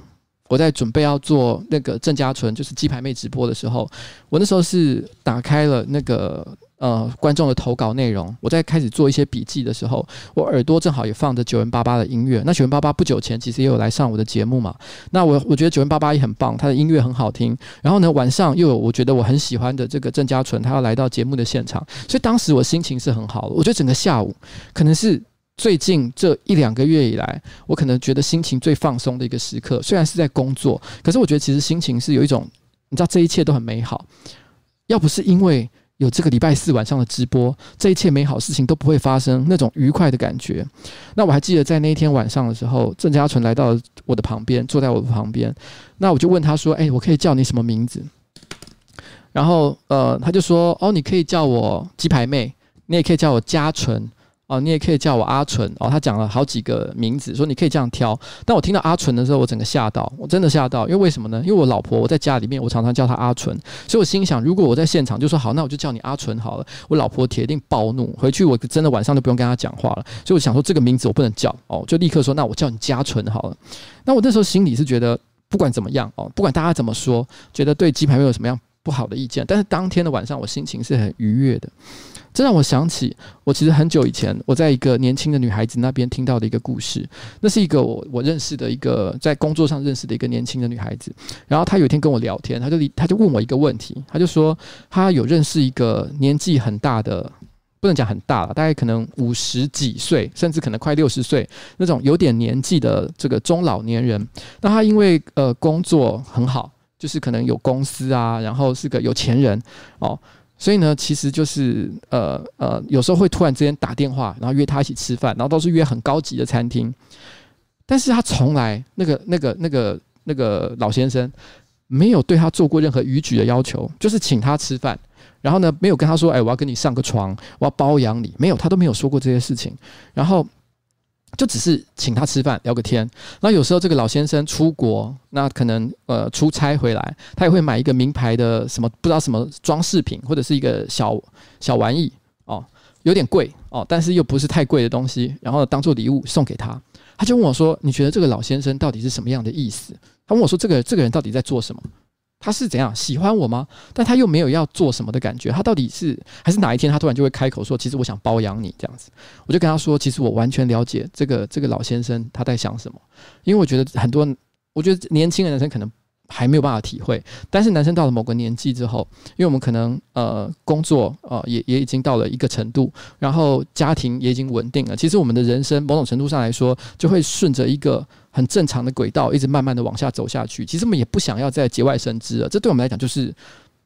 我在准备要做那个郑家纯就是鸡排妹直播的时候，我那时候是打开了那个呃观众的投稿内容，我在开始做一些笔记的时候，我耳朵正好也放着九元八八的音乐。那九元八八不久前其实也有来上我的节目嘛，那我我觉得九元八八也很棒，他的音乐很好听。然后呢，晚上又有我觉得我很喜欢的这个郑家纯，他要来到节目的现场，所以当时我心情是很好的。我觉得整个下午可能是最近这一两个月以来，我可能觉得心情最放松的一个时刻。虽然是在工作，可是我觉得其实心情是有一种，你知道这一切都很美好。要不是因为有这个礼拜四晚上的直播，这一切美好事情都不会发生，那种愉快的感觉。那我还记得在那一天晚上的时候，郑家纯来到我的旁边，坐在我的旁边。那我就问他说：“哎、欸，我可以叫你什么名字？”然后呃，他就说：“哦，你可以叫我鸡排妹，你也可以叫我家纯。”哦，你也可以叫我阿纯哦。他讲了好几个名字，说你可以这样挑。但我听到阿纯的时候，我整个吓到，我真的吓到。因为为什么呢？因为我老婆我在家里面，我常常叫她阿纯，所以我心想，如果我在现场就说好，那我就叫你阿纯好了。我老婆铁定暴怒，回去我真的晚上就不用跟她讲话了。所以我想说，这个名字我不能叫哦，就立刻说，那我叫你家纯好了。那我那时候心里是觉得，不管怎么样哦，不管大家怎么说，觉得对鸡排妹有什么样不好的意见，但是当天的晚上，我心情是很愉悦的。这让我想起，我其实很久以前我在一个年轻的女孩子那边听到的一个故事。那是一个我我认识的一个在工作上认识的一个年轻的女孩子。然后她有一天跟我聊天，她就她就问我一个问题，她就说她有认识一个年纪很大的，不能讲很大了，大概可能五十几岁，甚至可能快六十岁那种有点年纪的这个中老年人。那她因为呃工作很好，就是可能有公司啊，然后是个有钱人哦。所以呢，其实就是呃呃，有时候会突然之间打电话，然后约他一起吃饭，然后都是约很高级的餐厅。但是他从来那个那个那个那个老先生没有对他做过任何逾矩的要求，就是请他吃饭，然后呢没有跟他说，哎，我要跟你上个床，我要包养你，没有，他都没有说过这些事情。然后就只是请他吃饭聊个天。那有时候这个老先生出国，那可能呃出差回来，他也会买一个名牌的什么不知道什么装饰品，或者是一个小小玩意哦，有点贵哦，但是又不是太贵的东西，然后当做礼物送给他。他就问我说：“你觉得这个老先生到底是什么样的意思？”他问我说：“这个这个人到底在做什么？他是怎样喜欢我吗？但他又没有要做什么的感觉。他到底是还是哪一天他突然就会开口说，其实我想包养你这样子。”我就跟他说，其实我完全了解这个这个老先生他在想什么，因为我觉得很多我觉得年轻的男生可能还没有办法体会，但是男生到了某个年纪之后，因为我们可能呃工作呃也也已经到了一个程度，然后家庭也已经稳定了，其实我们的人生某种程度上来说，就会顺着一个很正常的轨道，一直慢慢的往下走下去。其实我们也不想要再节外生枝了，这对我们来讲就是，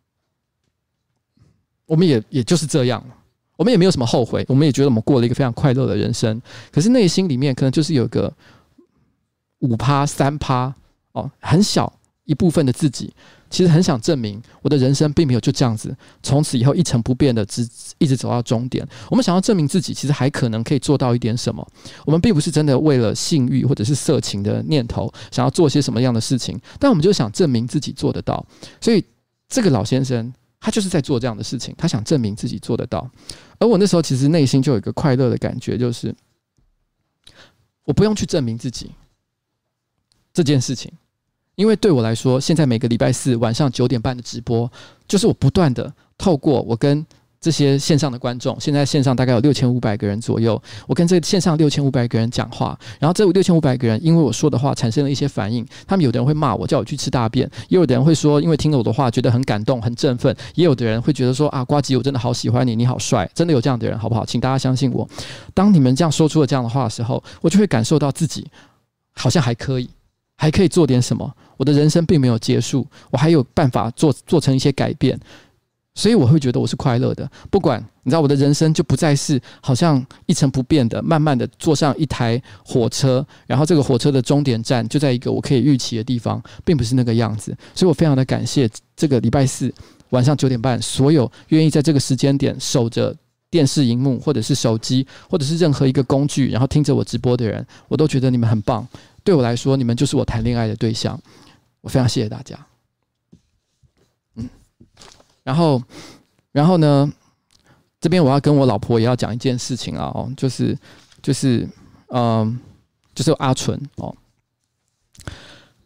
我们也也就是这样，我们也没有什么后悔，我们也觉得我们过了一个非常快乐的人生。可是内心里面可能就是有个五趴三趴哦，很小一部分的自己，其实很想证明我的人生并没有就这样子，从此以后一成不变的直一直走到终点。我们想要证明自己，其实还可能可以做到一点什么。我们并不是真的为了性欲或者是色情的念头，想要做些什么样的事情，但我们就想证明自己做得到。所以这个老先生他就是在做这样的事情，他想证明自己做得到。而我那时候其实内心就有一个快乐的感觉，就是我不用去证明自己这件事情。因为对我来说，现在每个礼拜四晚上九点半的直播，就是我不断的透过我跟这些线上的观众，现在线上大概有六千五百个人左右，我跟这线上六千五百个人讲话，然后这六千五百个人因为我说的话产生了一些反应，他们有的人会骂我，叫我去吃大便，也有的人会说，因为听了我的话觉得很感动、很振奋，也有的人会觉得说啊，呱吉，我真的好喜欢你，你好帅，真的有这样的人，好不好？请大家相信我，当你们这样说出了这样的话的时候，我就会感受到自己好像还可以。还可以做点什么，我的人生并没有结束，我还有办法做做成一些改变，所以我会觉得我是快乐的。不管你知道，我的人生就不再是好像一成不变的，慢慢的坐上一台火车，然后这个火车的终点站就在一个我可以预期的地方，并不是那个样子。所以我非常的感谢这个礼拜四晚上九点半，所有愿意在这个时间点守着电视荧幕，或者是手机，或者是任何一个工具，然后听着我直播的人，我都觉得你们很棒。对我来说，你们就是我谈恋爱的对象，我非常谢谢大家。嗯，然后，然后呢，这边我要跟我老婆也要讲一件事情啊，哦，就是，就是，嗯，就是阿纯哦，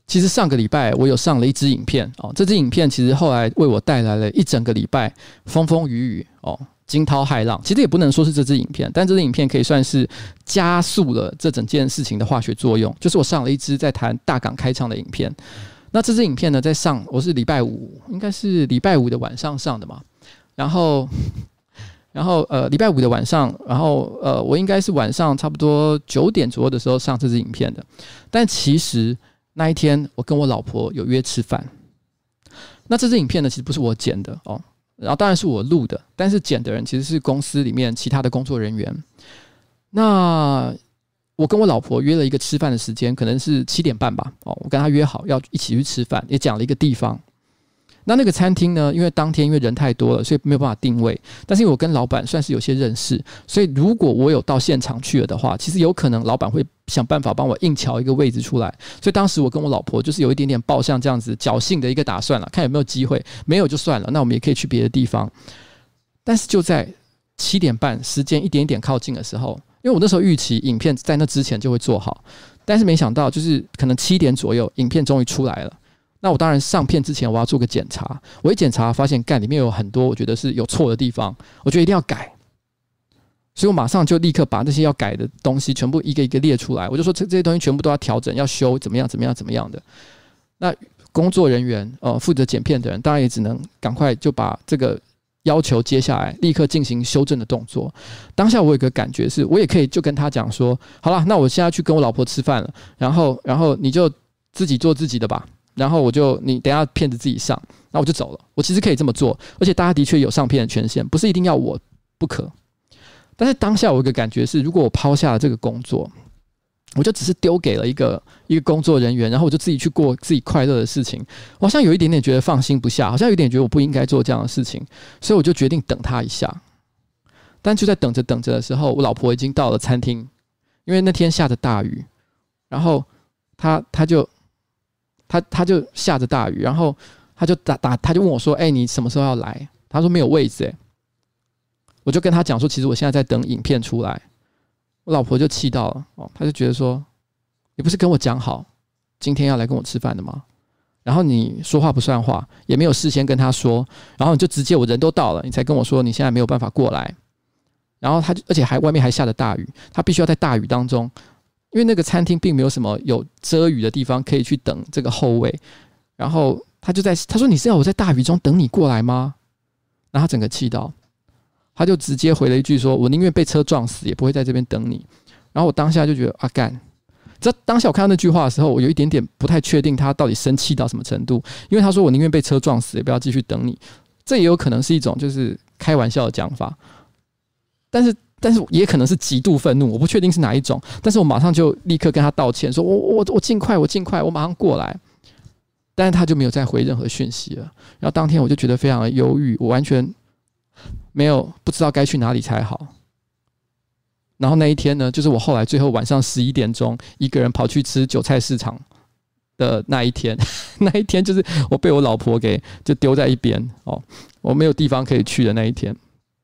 其实上个礼拜我有上了一支影片哦，这支影片其实后来为我带来了一整个礼拜风风雨雨哦，惊涛骇浪。其实也不能说是这支影片，但这支影片可以算是加速了这整件事情的化学作用。就是我上了一支在谈大港开唱的影片。那这支影片呢，在上我是礼拜五，应该是礼拜五的晚上上的嘛。然后，然后呃，礼拜五的晚上，然后呃，我应该是晚上差不多九点左右的时候上这支影片的。但其实那一天我跟我老婆有约吃饭。那这支影片呢，其实不是我剪的哦。然后当然是我录的，但是剪的人其实是公司里面其他的工作人员。那我跟我老婆约了一个吃饭的时间，可能是七点半吧。哦，我跟她约好要一起去吃饭，也讲了一个地方。那那个餐厅呢，因为当天因为人太多了，所以没有办法定位。但是因为我跟老板算是有些认识，所以如果我有到现场去了的话，其实有可能老板会想办法帮我硬瞧一个位置出来。所以当时我跟我老婆就是有一点点抱像这样子侥幸的一个打算了，看有没有机会，没有就算了，那我们也可以去别的地方。但是就在七点半时间一点一点靠近的时候，因为我那时候预期影片在那之前就会做好，但是没想到就是可能七点左右，影片终于出来了。那我当然上片之前我要做个检查，我一检查发现干里面有很多我觉得是有错的地方，我觉得一定要改，所以我马上就立刻把那些要改的东西全部一个一个列出来，我就说这这些东西全部都要调整，要修，怎么样怎么样怎么样的。那工作人员呃负责剪片的人当然也只能赶快就把这个要求接下来，立刻进行修正的动作。当下我有个感觉是，我也可以就跟他讲说，好了，那我现在去跟我老婆吃饭了，然后然后你就自己做自己的吧。然后我就你等一下片子自己上，那我就走了。我其实可以这么做，而且大家的确有上片的权限，不是一定要我不可。但是当下我有个感觉是，如果我抛下了这个工作，我就只是丢给了一个一个工作人员，然后我就自己去过自己快乐的事情，我好像有一点点觉得放心不下，好像有点觉得我不应该做这样的事情，所以我就决定等他一下。但就在等着等着的时候，我老婆已经到了餐厅，因为那天下着大雨，然后他他就。他他就下着大雨，然后他就打打，他就问我说：“哎、欸，你什么时候要来？”他说没有位置、欸，我就跟他讲说，其实我现在在等影片出来。我老婆就气到了哦，他就觉得说，你不是跟我讲好今天要来跟我吃饭的吗？然后你说话不算话，也没有事先跟他说，然后你就直接我人都到了，你才跟我说你现在没有办法过来。然后他就而且还外面还下着大雨，他必须要在大雨当中。因为那个餐厅并没有什么有遮雨的地方可以去等这个后位，然后他就在他说：“你是要我在大雨中等你过来吗？”然后他整个气到，他就直接回了一句说：“我宁愿被车撞死，也不会在这边等你。”然后我当下就觉得啊干，这当下我看到那句话的时候，我有一点点不太确定他到底生气到什么程度，因为他说我宁愿被车撞死，也不要继续等你，这也有可能是一种就是开玩笑的讲法，但是。但是也可能是极度愤怒，我不确定是哪一种。但是我马上就立刻跟他道歉，说我我我尽快，我尽快，我马上过来。但是他就没有再回任何讯息了。然后当天我就觉得非常的忧郁，我完全没有不知道该去哪里才好。然后那一天呢，就是我后来最后晚上十一点钟一个人跑去吃韭菜市场的那一天。那一天就是我被我老婆给就丢在一边哦，我没有地方可以去的那一天。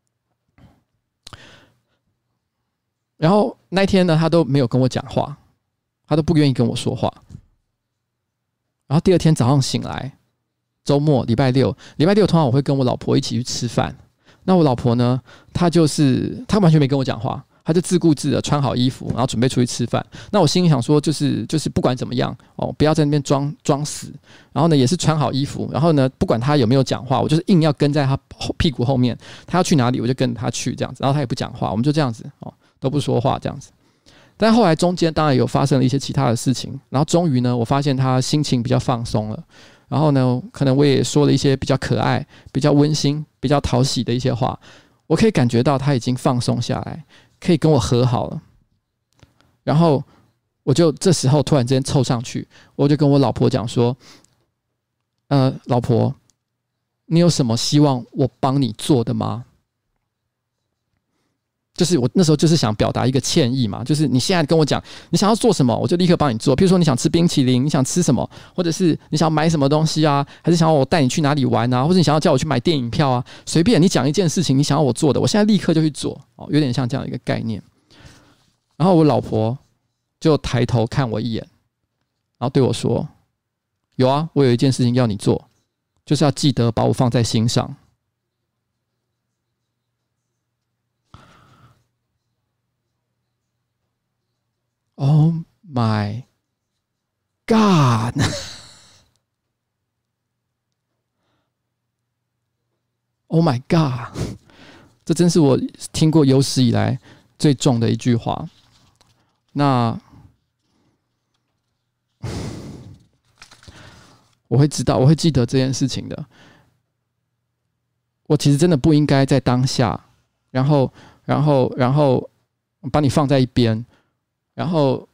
然后那一天呢，他都没有跟我讲话，他都不愿意跟我说话。然后第二天早上醒来，周末礼拜六，礼拜六通常我会跟我老婆一起去吃饭。那我老婆呢，她就是她完全没跟我讲话，她就自顾自的穿好衣服，然后准备出去吃饭。那我心里想说，就是就是不管怎么样哦，不要在那边装装死。然后呢，也是穿好衣服，然后呢，不管她有没有讲话，我就是硬要跟在她屁股后面，她要去哪里我就跟她去这样子。然后她也不讲话，我们就这样子哦。都不说话这样子，但后来中间当然有发生了一些其他的事情，然后终于呢，我发现他心情比较放松了，然后呢，可能我也说了一些比较可爱、比较温馨、比较讨喜的一些话，我可以感觉到他已经放松下来，可以跟我和好了。然后我就这时候突然之间凑上去，我就跟我老婆讲说：“呃，老婆，你有什么希望我帮你做的吗？”就是我那时候就是想表达一个歉意嘛，就是你现在跟我讲你想要做什么，我就立刻帮你做。譬如说你想吃冰淇淋，你想吃什么，或者是你想要买什么东西啊，还是想要我带你去哪里玩啊，或者你想要叫我去买电影票啊，随便你讲一件事情，你想要我做的，我现在立刻就去做，哦，有点像这样一个概念。然后我老婆就抬头看我一眼，然后对我说：“ 有啊，我有一件事情要你做，就是要记得把我放在心上。Oh my God！ Oh my God！ 这真是我听过有史以来最重的一句话。那我会知道，我会记得这件事情的。我其实真的不应该在当下，然后，然后，然后把你放在一边，然后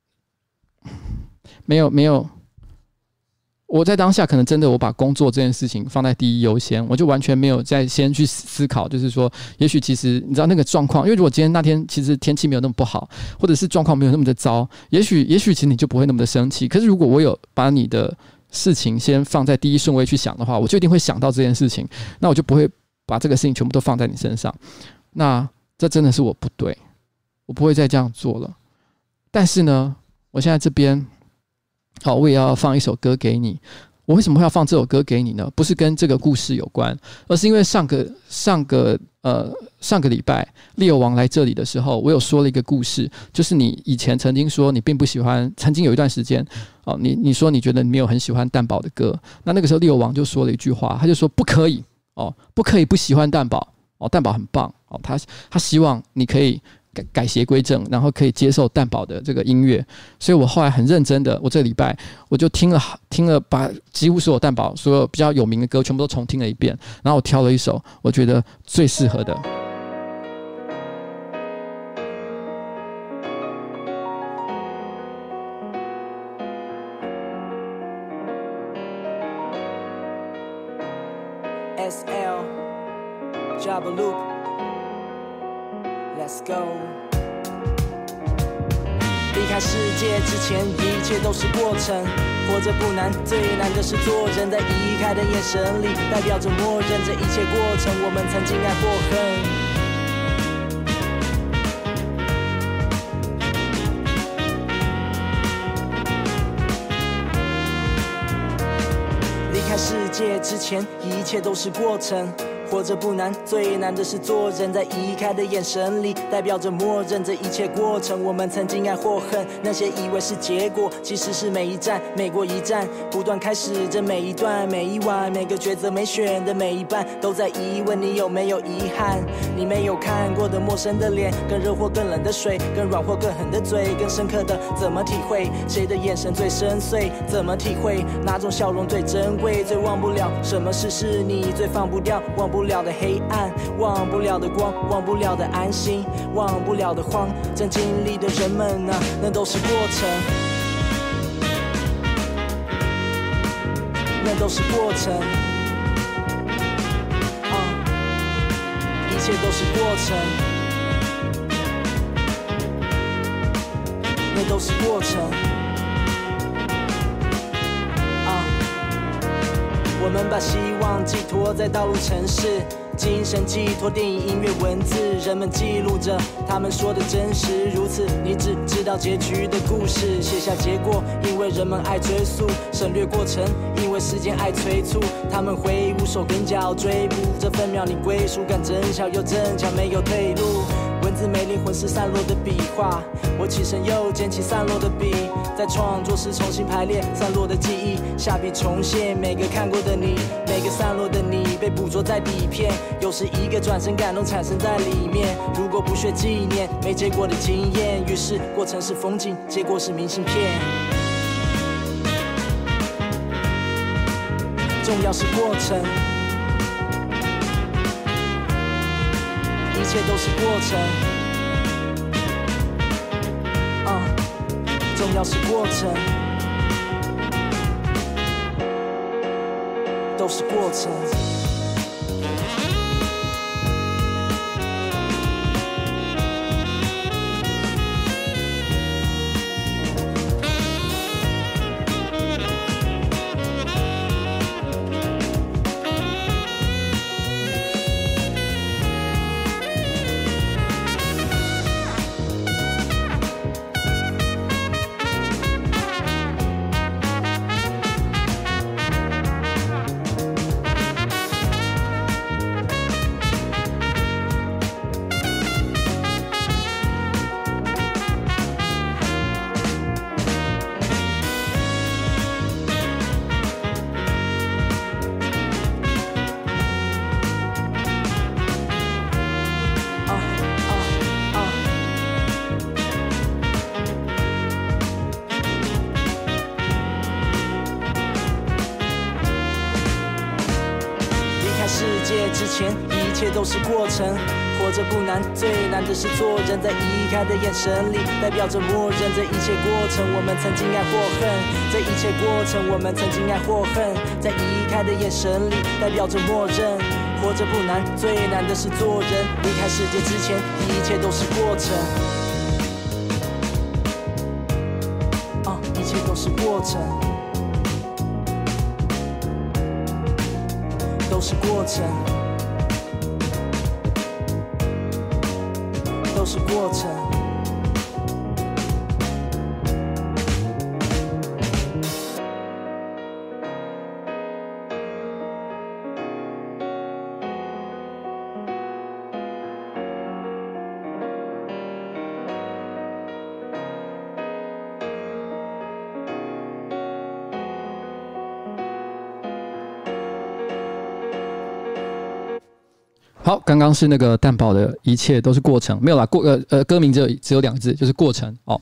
没有没有。我在当下可能真的我把工作这件事情放在第一优先，我就完全没有再先去思考，就是说，也许其实你知道那个状况，因为如果今天那天其实天气没有那么不好，或者是状况没有那么的糟，也许也许其实你就不会那么的生气。可是如果我有把你的事情先放在第一顺位去想的话，我就一定会想到这件事情，那我就不会把这个事情全部都放在你身上。那这真的是我不对，我不会再这样做了。但是呢，我现在这边。好，我也要放一首歌给你。我为什么会要放这首歌给你呢？不是跟这个故事有关，而是因为上个上个呃上个礼拜利友王来这里的时候，我有说了一个故事，就是你以前曾经说你并不喜欢，曾经有一段时间哦，你你说你觉得你没有很喜欢蛋堡的歌，那那个时候利友王就说了一句话，他就说不可以哦，不可以不喜欢蛋堡哦，蛋堡很棒哦，他他希望你可以。改改邪归正，然后可以接受蛋堡的这个音乐，所以我后来很认真的，我这个礼拜我就听了听了，把几乎所有蛋堡所有比较有名的歌全部都重听了一遍，然后我挑了一首我觉得最适合的。 S L Jabba Loop。Let's go。 离开世界之前，一切都是过程。活着不难，最难的是做人。在移开的眼神里，代表着默认这一切过程。我们曾经爱过恨。离开世界之前，一切都是过程。活着不难，最难的是做人。在移开的眼神里，代表着默认这一切过程。我们曾经爱或恨，那些以为是结果，其实是每一站，每过一站，不断开始着每一段，每一晚，每个抉择没选的每一半，都在疑问你有没有遗憾。你没有看过的陌生的脸，更热或更冷的水，更软或更狠的嘴，更深刻的怎么体会？谁的眼神最深邃？怎么体会？哪种笑容最珍贵？最忘不了什么事是你最放不掉？忘不了的黑暗，忘不了的光，忘不了的安心，忘不了的慌。正经历的人们啊，那都是过程，那都是过程。啊，一切都是过程，那都是过程。我们把希望寄托在道路城市，精神寄托电影音乐文字，人们记录着他们说的真实如此。你只知道结局的故事，写下结果，因为人们爱追溯，省略过程，因为时间爱催促。他们挥舞手跟脚追捕这分秒，你归属感真小又正巧，没有退路。文字没灵魂是散落的笔画，我起身又捡起散落的笔，在创作时重新排列散落的记忆，下笔重现每个看过的你，每个散落的你被捕捉在底片，有时一个转身感动产生在里面。如果不学纪念没结果的经验，于是过程是风景，结果是明信片。重要是过程，一切都是过程，啊，重要是过程，都是过程。 之前，一切都是过程。活着不难，最难的是做人。在移开的眼神里，代表着默认。这一切过程，我们曾经爱或恨。这一切过程，我们曾经爱或恨。在移开的眼神里，代表着默认。活着不难，最难的是做人。离开世界之前，一切都是过程。啊，一切都是过程，都是过程。都是过程。 好，刚刚是那个蛋堡的一切都是过程，没有啦，过呃呃歌名只有只有两个字，就是过程哦。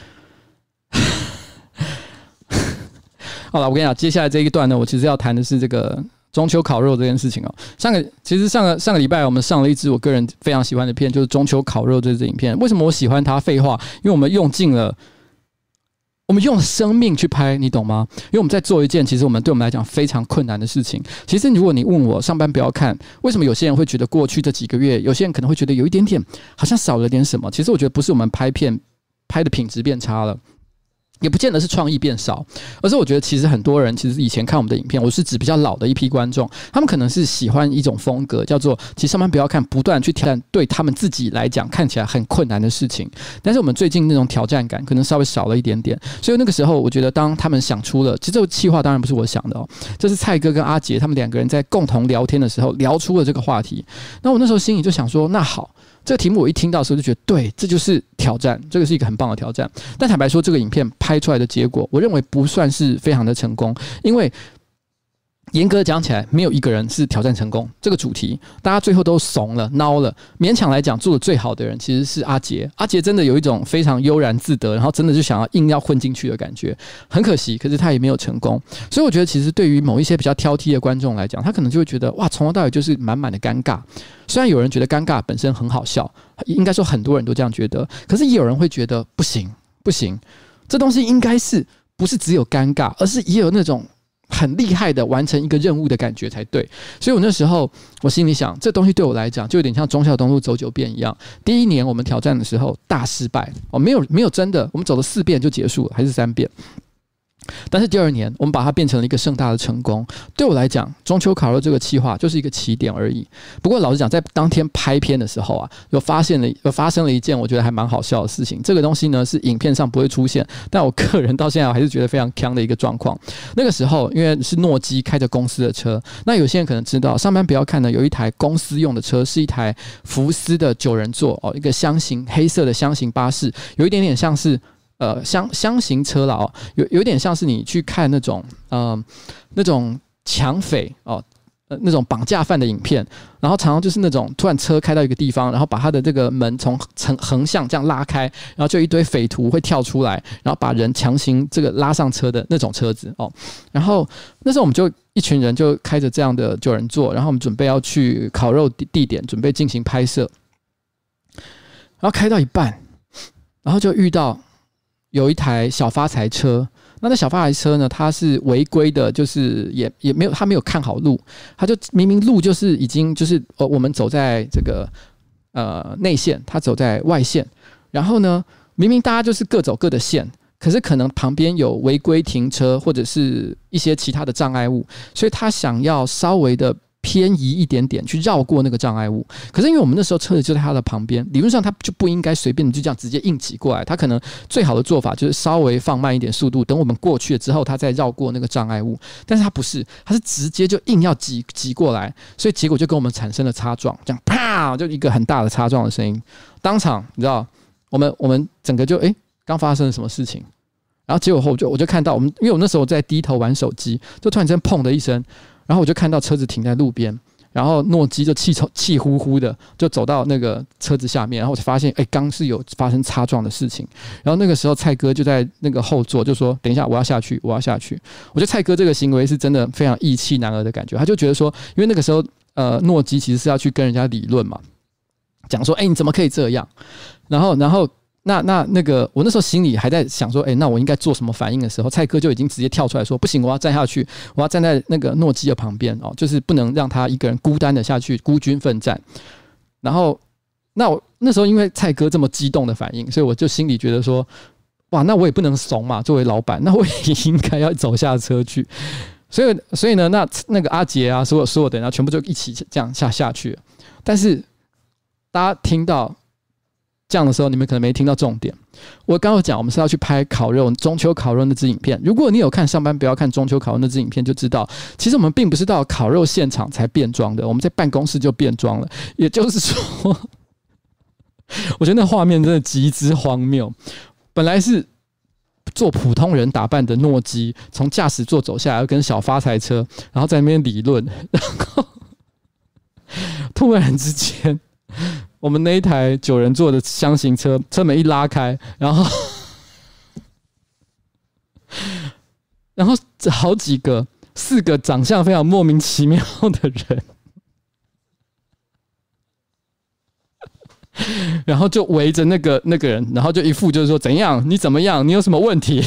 好了，我跟你讲，接下来这一段呢，我其实要谈的是这个中秋烤肉这件事情哦。上个其实上个上个礼拜我们上了一支我个人非常喜欢的片，就是中秋烤肉这支影片。为什么我喜欢它？废话，因为我们用尽了。我们用生命去拍，你懂吗？因为我们在做一件其实我们对我们来讲非常困难的事情。其实如果你问我上班不要看，为什么有些人会觉得过去这几个月，有些人可能会觉得有一点点好像少了点什么？其实我觉得不是我们拍片拍的品质变差了。也不见得是创意变少，而是我觉得其实很多人其实以前看我们的影片，我是指比较老的一批观众，他们可能是喜欢一种风格，叫做其实上班不要看，不断去挑战对他们自己来讲看起来很困难的事情。但是我们最近那种挑战感可能稍微少了一点点，所以那个时候我觉得当他们想出了，其实这个企划当然不是我想的哦，这是蔡哥跟阿杰他们两个人在共同聊天的时候聊出了这个话题。那我那时候心里就想说，那好。这个题目我一听到的时候就觉得，对，这就是挑战，这个是一个很棒的挑战。但坦白说，这个影片拍出来的结果，我认为不算是非常的成功，因为严格讲起来，没有一个人是挑战成功这个主题，大家最后都怂了、孬了。勉强来讲，做的最好的人其实是阿杰。阿杰真的有一种非常悠然自得，然后真的就想要硬要混进去的感觉。很可惜，可是他也没有成功。所以我觉得，其实对于某一些比较挑剔的观众来讲，他可能就会觉得，哇，从头到尾就是满满的尴尬。虽然有人觉得尴尬本身很好笑，应该说很多人都这样觉得，可是也有人会觉得不行，不行，这东西应该是不是只有尴尬，而是也有那种。很厉害的完成一个任务的感觉才对，所以我那时候我心里想，这东西对我来讲就有点像忠孝东路走九遍一样。第一年我们挑战的时候大失败，哦，没有没有真的，我们走了四遍就结束了，还是三遍。但是第二年，我们把它变成了一个盛大的成功。对我来讲，中秋烤肉这个企划就是一个起点而已。不过老实讲，在当天拍片的时候啊，有发现了，有发生了一件我觉得还蛮好笑的事情。这个东西呢是影片上不会出现，但我个人到现在我还是觉得非常鏘的一个状况。那个时候，因为是诺基开着公司的车，那有些人可能知道，上班不要看呢，有一台公司用的车，是一台福斯的九人座哦，一个箱型黑色的箱型巴士，有一点点像是。呃，箱箱型车啦哦，有有点像是你去看那种呃那种抢匪哦，呃那种绑架犯的影片，然后常常就是那种突然车开到一个地方，然后把他的这个门从横横向这样拉开，然后就一堆匪徒会跳出来，然后把人强行这个拉上车的那种车子哦。然后那时候我们就一群人就开着这样的九人座，然后我们准备要去烤肉地点，准备进行拍摄，然后开到一半，然后就遇到。有一台小发财车，那那小发财车呢？它是违规的，就是也也没有，他没有看好路，他就明明路就是已经就是呃，我们走在这个呃内线，他走在外线，然后呢，明明大家就是各走各的线，可是可能旁边有违规停车或者是一些其他的障碍物，所以他想要稍微的。偏移一点点去绕过那个障碍物，可是因为我们那时候车子就在他的旁边，理论上他就不应该随便就这样直接硬挤过来，他可能最好的做法就是稍微放慢一点速度，等我们过去了之后，他再绕过那个障碍物。但是他不是，他是直接就硬要挤挤过来，所以结果就跟我们产生了擦撞，这样啪就一个很大的擦撞的声音，当场你知道，我们我们整个就哎刚发生了什么事情，然后结果后我就我就看到我们，因为我那时候在低头玩手机，就突然间砰的一声。然后我就看到车子停在路边，然后诺基就气气呼呼的就走到那个车子下面，然后我才发现，哎，刚是有发生擦撞的事情。然后那个时候蔡哥就在那个后座就说：“等一下，我要下去，我要下去。”我觉得蔡哥这个行为是真的非常义气男儿的感觉，他就觉得说，因为那个时候呃诺基其实是要去跟人家理论嘛，讲说，哎、欸，你怎么可以这样？然后，然后。那那那个，我那时候心里还在想说，哎、欸，那我应该做什么反应的时候，蔡哥就已经直接跳出来说，不行，我要站下去，我要站在那个诺基的旁边哦，就是不能让他一个人孤单的下去，孤军奋战。然后，那我那时候因为蔡哥这么激动的反应，所以我就心里觉得说，哇，那我也不能怂嘛，作为老板，那我也应该要走下车去。所以，所以呢，那那个阿杰啊，所有所有的人啊，全部就一起这样下下去了。但是，大家听到这样的时候，你们可能没听到重点。我刚刚讲，我们是要去拍烤肉，中秋烤肉那支影片。如果你有看上班不要看中秋烤肉那支影片，就知道，其实我们并不是到烤肉现场才变装的，我们在办公室就变装了。也就是说，我觉得那画面真的极之荒谬。本来是做普通人打扮的诺基，从驾驶座走下来，要跟小发财车，然后在那边理论，然后突然之间。我们那一台九人座的箱型车，车门一拉开，然后，然后好几个、四个长相非常莫名其妙的人，然后就围着那个那个人，然后就一副就是说怎样，你怎么样，你有什么问题？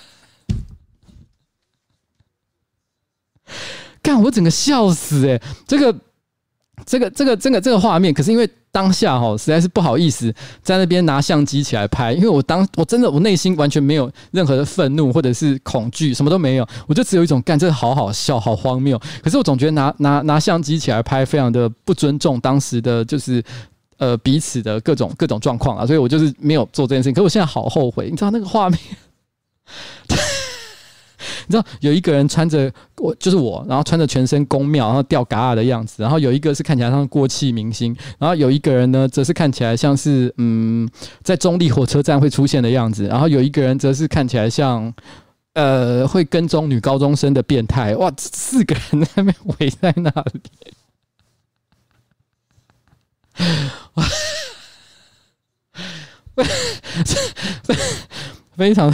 干，我整个笑死哎、欸！这个。这个这个这个这个画面，可是因为当下哈实在是不好意思在那边拿相机起来拍，因为我当我真的我内心完全没有任何的愤怒或者是恐惧，什么都没有，我就只有一种干这个好好笑，好荒谬。可是我总觉得拿拿拿相机起来拍，非常的不尊重当时的就是呃彼此的各种各种状况啊，所以我就是没有做这件事情。可是我现在好后悔，你知道那个画面。你知道有一个人穿着我就是我，然后穿着全身宫庙，然后吊嘎嘎的样子，然后有一个是看起来像过气明星，然后有一个人呢则是看起来像是嗯在中立火车站会出现的样子，然后有一个人则是看起来像呃会跟踪女高中生的变态。哇，四个人在那边围在那里，非常。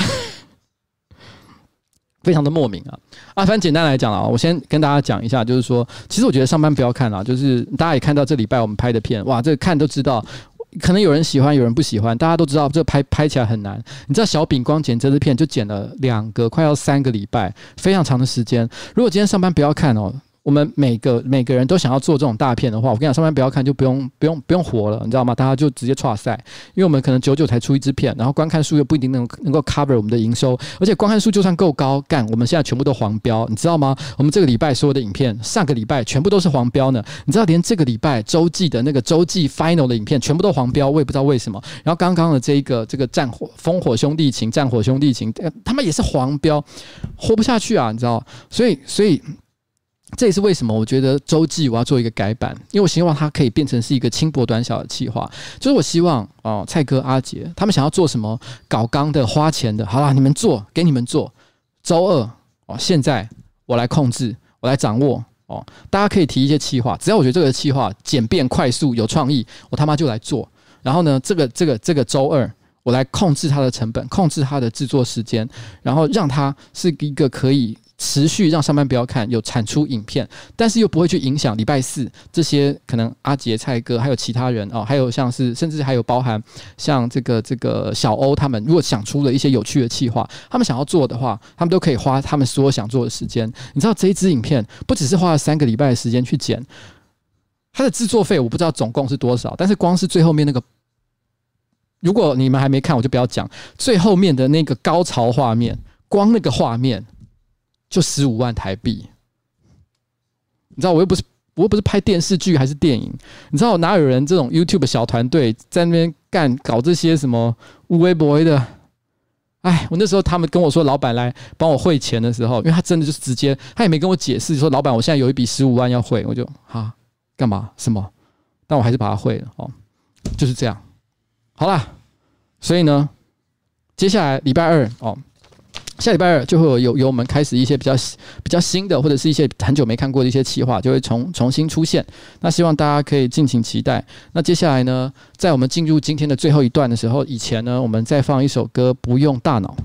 非常的莫名啊啊！反正简单来讲啊，我先跟大家讲一下，就是说，其实我觉得上班不要看啦，就是大家也看到这礼拜我们拍的片，哇，这个看都知道，可能有人喜欢，有人不喜欢，大家都知道这拍拍起来很难。你知道小饼光剪这支片就剪了两个，快要三个礼拜，非常长的时间。如果今天上班不要看哦。我们每个每个人都想要做这种大片的话，我跟你讲，上班不要看就不用不用不用活了，你知道吗？大家就直接剉赛，因为我们可能久久才出一支片，然后观看数又不一定能能够 cover 我们的营收，而且观看数就算够高，干我们现在全部都黄标，你知道吗？我们这个礼拜所有的影片，上个礼拜全部都是黄标呢，你知道连这个礼拜周记的那个周记 final 的影片全部都黄标，我也不知道为什么。然后刚刚的这一个这个战火烽火兄弟情，战火兄弟情，他们也是黄标，活不下去啊，你知道？所以所以。这也是为什么我觉得周记我要做一个改版，因为我希望它可以变成是一个轻薄短小的企划。就是我希望哦，蔡哥、阿杰他们想要做什么搞纲的、花钱的，好啦，你们做，给你们做。周二哦，现在我来控制，我来掌握哦。大家可以提一些企划，只要我觉得这个企划简便、快速、有创意，我他妈就来做。然后呢，这个这个这个周二。我来控制它的成本，控制它的制作时间，然后让它是一个可以持续让上班不要看有产出影片，但是又不会去影响礼拜四这些可能阿杰、蔡哥还有其他人哦，还有像是甚至还有包含像这个这个小欧他们，如果想出了一些有趣的企划，他们想要做的话，他们都可以花他们所有想做的时间。你知道这一支影片不只是花了三个礼拜的时间去剪，它的制作费我不知道总共是多少，但是光是最后面那个。如果你们还没看，我就不要讲最后面的那个高潮画面，光那个画面就十五万台币。你知道我又不是我又不是拍电视剧还是电影，你知道哪有人这种 YouTube 小团队在那边干搞这些什么无微博的？哎，我那时候他们跟我说老板来帮我汇钱的时候，因为他真的就是直接，他也没跟我解释说老板我现在有一笔十五万要汇，我就哈干嘛什么？但我还是把它汇了哦，就是这样。好啦，所以呢，接下来礼拜二哦，下礼拜二就会有由由我们开始一些比较比较新的，或者是一些很久没看过的一些企划，就会重重新出现。那希望大家可以敬请期待。那接下来呢，在我们进入今天的最后一段的时候，以前呢，我们再放一首歌《不用大脑》。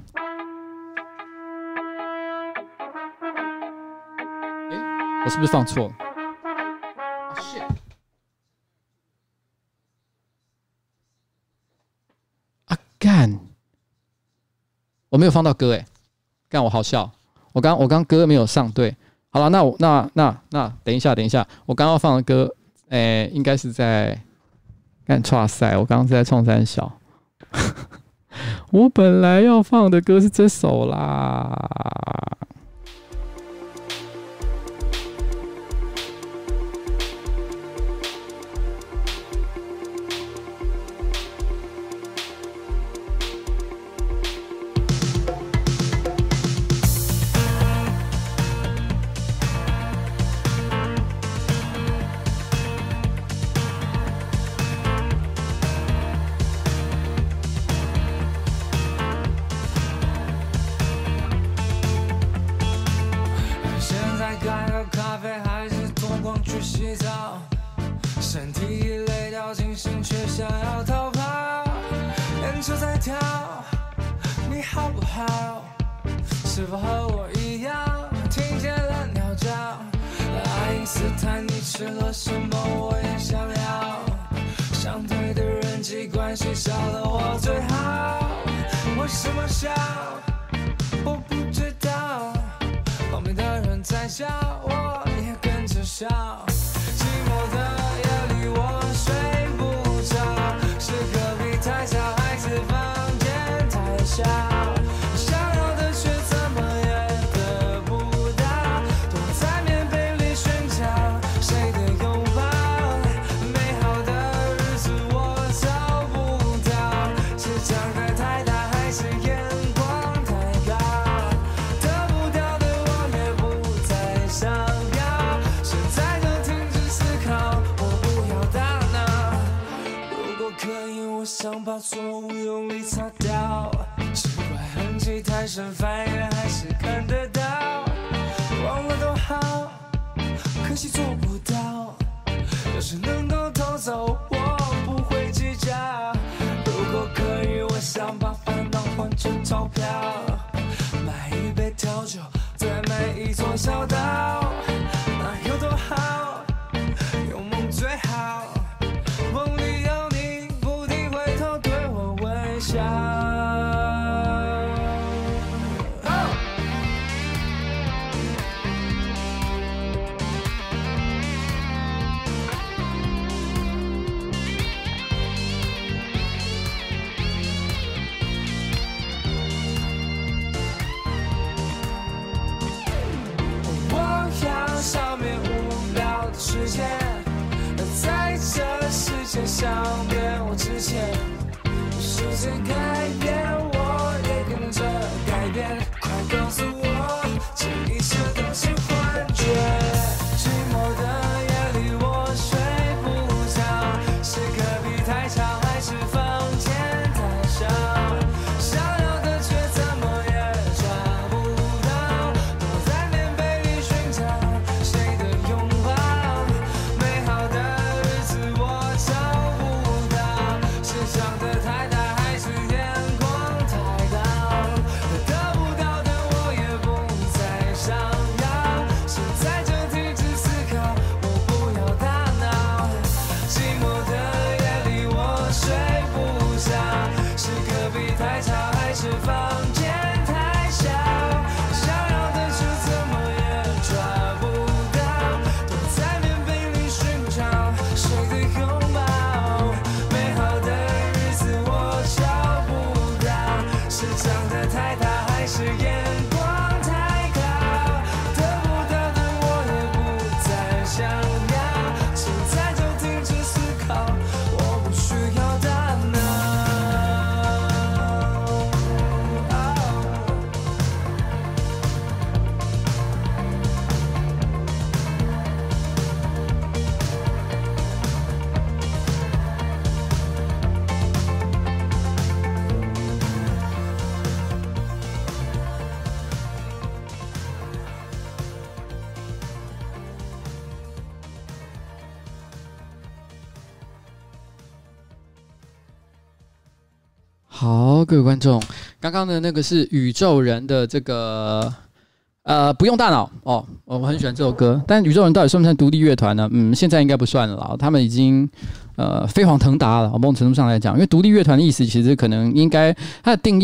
哎，我是不是放错了？ 我没有放到歌哎，干我好笑，我刚我刚歌没有上对，好了，那我那那那等一下等一下，我刚刚放的歌，哎，应该是在干唰塞，我刚刚是在冲三小，我本来要放的歌是这首啦。 身体已累到精神却想要逃跑，人车在跳，你好不好？是否和我一样听见了鸟叫？爱因斯坦你吃了什么我也想要，相对的人际关系少了我最好。为什么笑？我不知道，旁边的人在笑我也跟着笑。寂寞的想要的却怎么也得不到，躲在棉被里寻找谁的拥抱，美好的日子我找不到，是长得太大还是眼光太高，得不到的我也不再想要，现在就停止思考，我不要大脑，如果可以我想把错误用力擦掉，奇怪痕迹太深，反而还是看得到。忘了多好，可惜做不到。要是能够偷走，我不会计较。如果可以，我想把烦恼换成钞票，买一杯调酒，再买一座小岛。那有多好？有梦最好。梦里有你，不停回头对我微笑。消灭无聊的时间，在这世界上变我之前，世界改变，我也跟着改变。快告诉我，这一切都是幻觉。寂寞的夜里我睡不着，是隔壁太吵还是房间太小？想要的却怎么也抓不到，躲在棉被里寻找。 好，各位观众，刚刚的那个是宇宙人的这个呃不用大脑哦，我很喜欢这首歌。但宇宙人到底算不算独立乐团呢？嗯，现在应该不算了啦，他们已经呃飞黄腾达了。某种程度上来讲，因为独立乐团的意思其实可能应该它的定义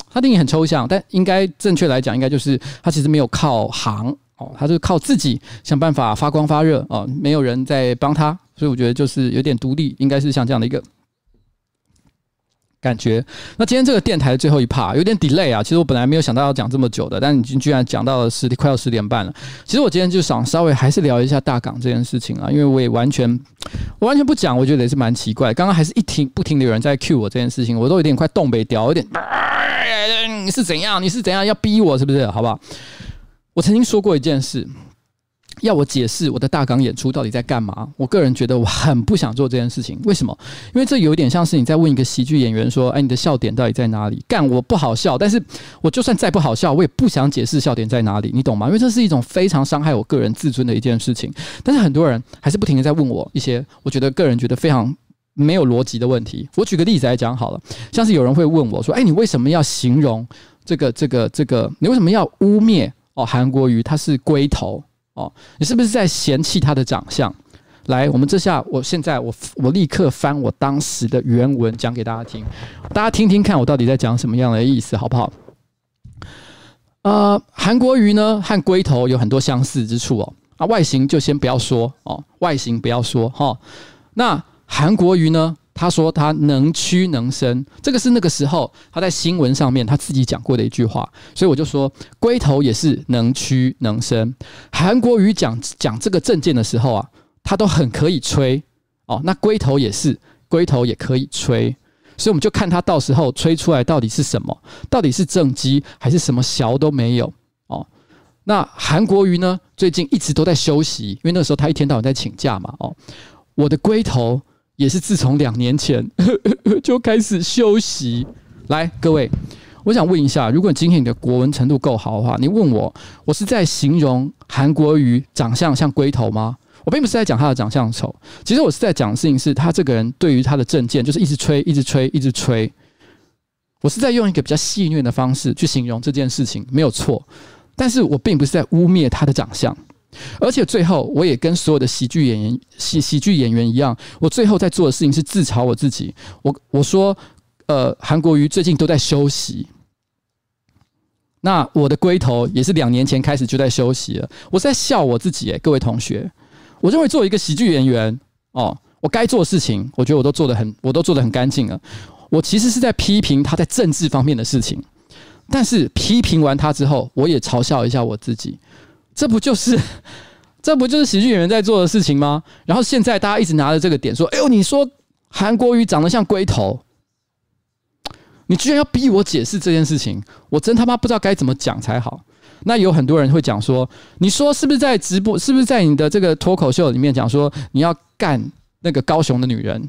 它定义很抽象，但应该正确来讲，应该就是它其实没有靠行哦，它就是靠自己想办法发光发热哦，没有人在帮他，所以我觉得就是有点独立，应该是像这样的一个感觉。那今天这个电台的最后一 part 有点 delay 啊，其实我本来没有想到要讲这么久的，但已经居然讲到了十快要十点半了。其实我今天就想稍微还是聊一下大港这件事情啊，因为我也完全我完全不讲，我觉得也是蛮奇怪。刚刚还是一停不停的有人在 cue 我这件事情，我都有点快动北调，有点你是怎样？你是怎样要逼我是不是？好不好？我曾经说过一件事。要我解释我的大港演出到底在干嘛，我个人觉得我很不想做这件事情。为什么？因为这有点像是你在问一个喜剧演员说：“哎，你的笑点到底在哪里？”干，我不好笑，但是我就算再不好笑，我也不想解释笑点在哪里，你懂吗？因为这是一种非常伤害我个人自尊的一件事情。但是很多人还是不停的在问我一些我觉得个人觉得非常没有逻辑的问题。我举个例子来讲好了，像是有人会问我说：“哎，你为什么要形容这个这个这个？你为什么要污蔑哦韩国瑜他是龟头？”哦，你是不是在嫌弃他的长相？来，我们这下，我现在我我立刻翻我当时的原文讲给大家听，大家听听看我到底在讲什么样的意思，好不好？呃，韩国瑜呢和龟头有很多相似之处哦，啊，外形就先不要说哦，外形不要说哈、哦。那韩国瑜呢？他说他能屈能伸，这个是那个时候他在新闻上面他自己讲过的一句话，所以我就说龟头也是能屈能伸。韩国瑜讲讲这个政见的时候啊，他都很可以吹哦，那龟头也是，龟头也可以吹，所以我们就看他到时候吹出来到底是什么，到底是正畸还是什么小都没有哦。那韩国瑜呢，最近一直都在休息，因为那个时候他一天到晚在请假嘛哦，我的龟头。也是自从两年前呵呵就开始休息。来，各位，我想问一下，如果今天你的国文程度够好的话，你问我，我是在形容韩国瑜长相像龟头吗？我并不是在讲他的长相丑，其实我是在讲的事情是他这个人对于他的政见就是一直吹、一直吹、一直吹。我是在用一个比较戏谑的方式去形容这件事情，没有错。但是我并不是在污蔑他的长相。而且最后，我也跟所有的喜剧演员、喜喜剧演员一样，我最后在做的事情是自嘲我自己。我我说，呃，韩国瑜最近都在休息，那我的龟头也是两年前开始就在休息了。我是在笑我自己，哎，各位同学，我认为作为一个喜剧演员，哦，我该做的事情，我觉得我都做得很，我都做得很干净了。我其实是在批评他在政治方面的事情，但是批评完他之后，我也嘲笑一下我自己。这不就是这不就是喜剧演员在做的事情吗？然后现在大家一直拿着这个点说：“哎呦，你说韩国瑜长得像龟头，你居然要逼我解释这件事情，我真他妈不知道该怎么讲才好。”那有很多人会讲说：“你说是不是在直播？是不是在你的这个脱口秀里面讲说你要干那个高雄的女人？”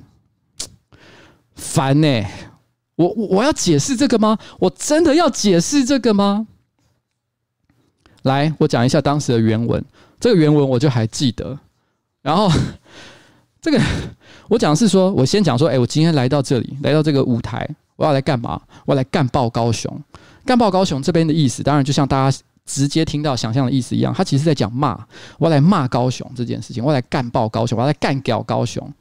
烦呢、欸！我我要解释这个吗？我真的要解释这个吗？来，我讲一下当时的原文。这个原文我就还记得。然后，这个我讲的是说，我先讲说，哎，我今天来到这里，来到这个舞台，我要来干嘛？我要来干爆高雄。干爆高雄这边的意思，当然就像大家直接听到想象的意思一样，他其实在讲骂，我要来骂高雄这件事情，我要来干爆高雄，我要来干掉高雄。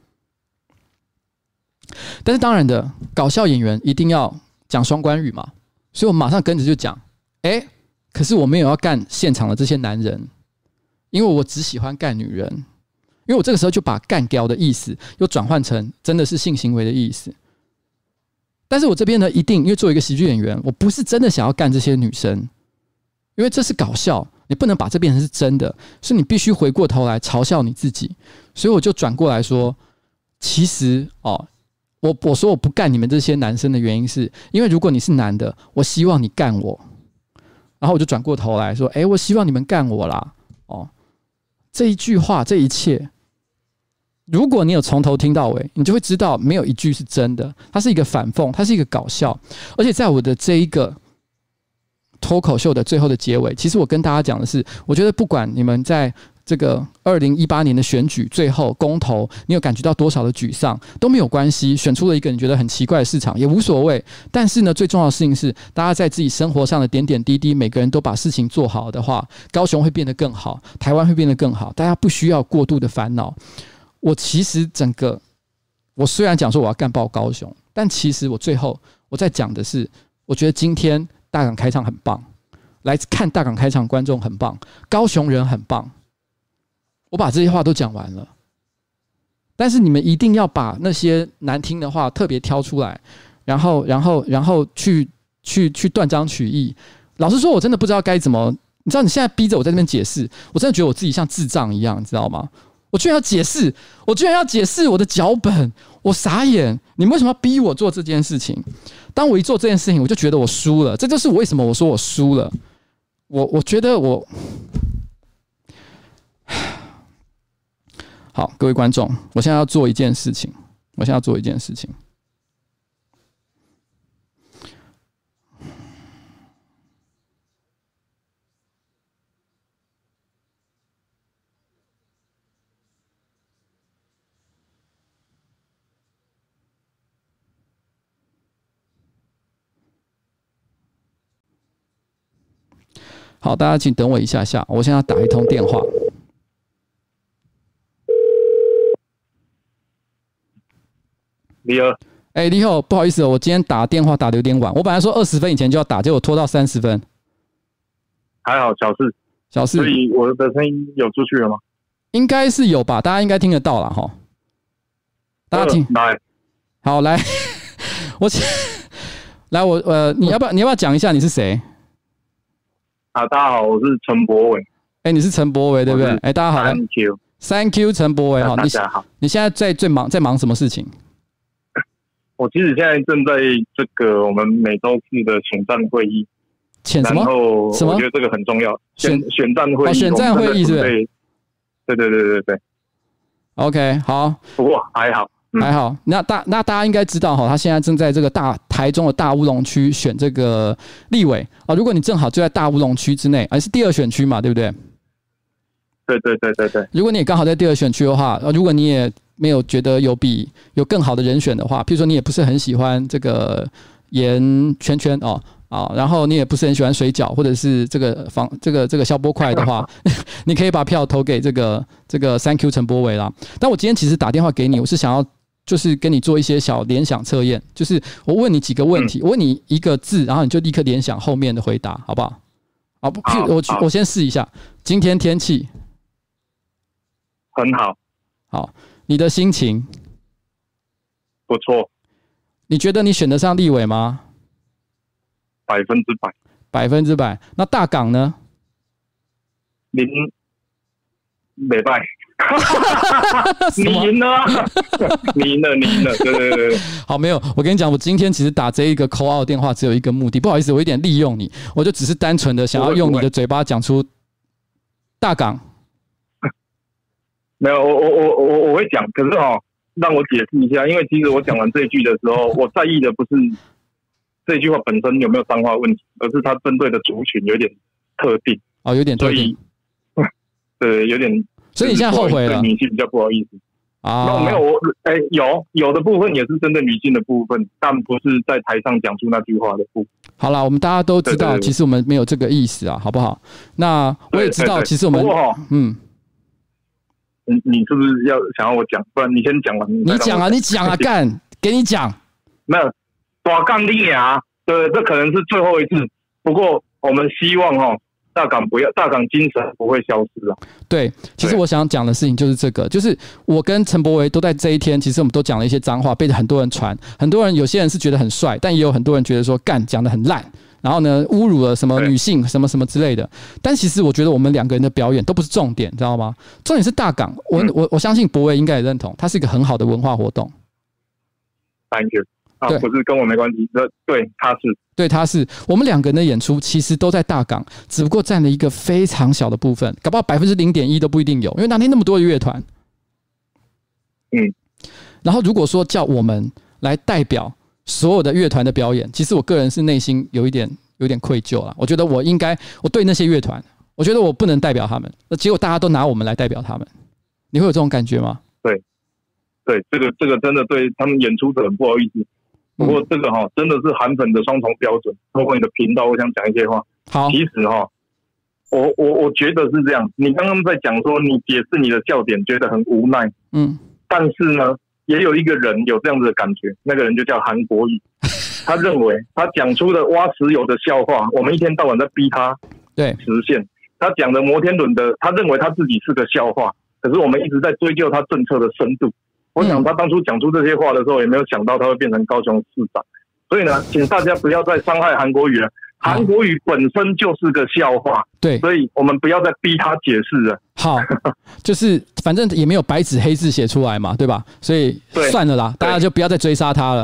但是当然的，搞笑演员一定要讲双关语嘛，所以我马上跟着就讲，哎。可是我没有要干现场的这些男人，因为我只喜欢干女人。因为我这个时候就把干掉的意思又转换成真的是性行为的意思。但是我这边呢，一定因为作为一个喜剧演员，我不是真的想要干这些女生，因为这是搞笑，你不能把这变成是真的，所以你必须回过头来嘲笑你自己。所以我就转过来说，其实哦，我我说我不干你们这些男生的原因是，因为如果你是男的，我希望你干我。然后我就转过头来说：“哎，我希望你们干我啦！”哦，这一句话，这一切，如果你有从头听到尾，你就会知道没有一句是真的，它是一个反讽，它是一个搞笑。而且在我的这一个脱口秀的最后的结尾，其实我跟大家讲的是，我觉得不管你们在这个二零一八年的选举最后公投，你有感觉到多少的沮丧都没有关系，选出了一个你觉得很奇怪的市场也无所谓。但是呢，最重要的事情是，大家在自己生活上的点点滴滴，每个人都把事情做好的话，高雄会变得更好，台湾会变得更好，大家不需要过度的烦恼。我其实整个，我虽然讲说我要干爆高雄，但其实我最后我在讲的是，我我觉得今天大港开唱很棒，来看大港开唱观众很棒，高雄人很棒。我把这些话都讲完了，但是你们一定要把那些难听的话特别挑出来，然后，然后，然后去去去断章取义。老实说，我真的不知道该怎么。你知道，你现在逼着我在这边解释，我真的觉得我自己像智障一样，你知道吗？我居然要解释，我居然要解释我的脚本，我傻眼。你们为什么要逼我做这件事情？当我一做这件事情，我就觉得我输了。这就是为什么我说我输了。我我觉得我。好，各位观众，我现在要做一件事情。我现在要做一件事情。好，大家请等我一下下，我现在要打一通电话。 你好， 哎，你好，不好意思、哦，我今天打电话打的有点晚。我本来说二十分以前就要打，结果拖到三十分。 还好，小事， 小事。 所以我的声音有出去了吗？ 应该是有吧，大家应该听得到啦齁。大家听， 来， 好来，我来我呃，你要不要你要不要讲一下你是谁？ 啊，大家好，我是陈柏伟。 哎，你是陈柏伟对不对？哎，大家好 ，Thank you，Thank you， 陈柏伟哈， 大家好。 你现在在最忙在忙什么事情？ 我其实现在正在这个我们每周四的选战会议， 选什么？ 然后什么？ 我觉得这个很重要。 选选战会议， 哦，选战会议是不是？ 对对对对对。 OK， 好。 不过还好， 嗯、还好。那大那大家应该知道哈，他现在正在这个大台中的大乌龙区选这个立委啊。如果你正好就在大乌龙区之内，还、啊、是第二选区嘛，对不对？ 对对对对对。 如果你也刚好在第二选区的话，如果你也没有觉得有比有更好的人选的话，譬如说你也不是很喜欢这个严圈圈哦啊，然后你也不是很喜欢水饺或者是这个防这个这个消波块的话，你可以把票投给这个这个 Thank you 陈柏伟啦。但我今天其实打电话给你，我是想要就是跟你做一些小联想测验，就是我问你几个问题，我问你一个字，然后你就立刻联想后面的回答，好不好？好，譬如我我先试一下，今天天气很好。 好。你的心情不错， 你觉得你选得上立委吗？ 百分之百，百分之百。那大港呢？ 您没败，你赢了，你赢了，你赢了，对对对对。 好，没有，我跟你讲，我今天其实打这一个 call out 电话只有一个目的，不好意思，我有点利用你，我就只是单纯的想要用你的嘴巴讲出大港。 没有，我我我我我会讲，可是哦，让我解释一下，因为其实我讲完这一句的时候，我在意的不是这句话本身有没有脏话问题，而是它针对的族群有点特定哦，有点特定， 对，有点。 所以你现在后悔了？ 女性比较不好意思啊？ 没有，我哎、欸、有有的部分也是针对女性的部分，但不是在台上讲出那句话的部分。 好啦，我们大家都知道，对对对，其实我们没有这个意思啊，好不好？那我也知道，其实我们嗯。 你你是不是要想要我讲？不然你先讲完。 你讲啊，你讲啊，干，给你讲。 没有，大港你啊，对，这可能是最后一次。不过我们希望哦，大港不要，大港精神不会消失啊。 对，其实我想讲的事情就是这个，就是我跟陈柏惟都在这一天，其实我们都讲了一些脏话，被很多人传，很多人有些人是觉得很帅，但也有很多人觉得说干讲得很烂。然后呢，侮辱了什么女性什么什么之类的，但其实我觉得我们两个人的表演都不是重点，知道吗？重点是大港，我我我相信柏惟应该也认同，它是一个很好的文化活动。 Thank you 啊，不是跟我没关系，对，他是， 对，他是，我们两个人的演出其实都在大港，只不过占了一个非常小的部分，搞不好百分之零点一都不一定有，因为那天那么多的乐团。 嗯， 然后如果说叫我们来代表所有的乐团的表演，其实我个人是内心有一点有点愧疚啦。我觉得我应该，我对那些乐团，我觉得我不能代表他们，结果大家都拿我们来代表他们，你会有这种感觉吗？ 对，对，这个这个真的对他们演出者很不好意思。不过这个哈、哦、真的是韩粉的双重标准。透过你的频道，我想讲一些话。 好， 其实哈、哦，我我我觉得是这样。你刚刚在讲说你解释你的笑点，觉得很无奈。嗯，但是呢。也有一个人有这样子的感觉，那个人就叫韩国瑜。 他认为他讲出的挖石油的笑话，我们一天到晚在逼他对实现。他讲的摩天轮的，他认为他自己是个笑话，可是我们一直在追究他政策的深度。我想他当初讲出这些话的时候，也没有想到他会变成高雄市长。所以呢，请大家不要再伤害韩国瑜了。韩国瑜本身就是个笑话， 对， 所以我们不要再逼他解释了。 好，就是反正也没有白纸黑字写出来嘛，对吧？所以算了啦，大家就不要再追杀他了。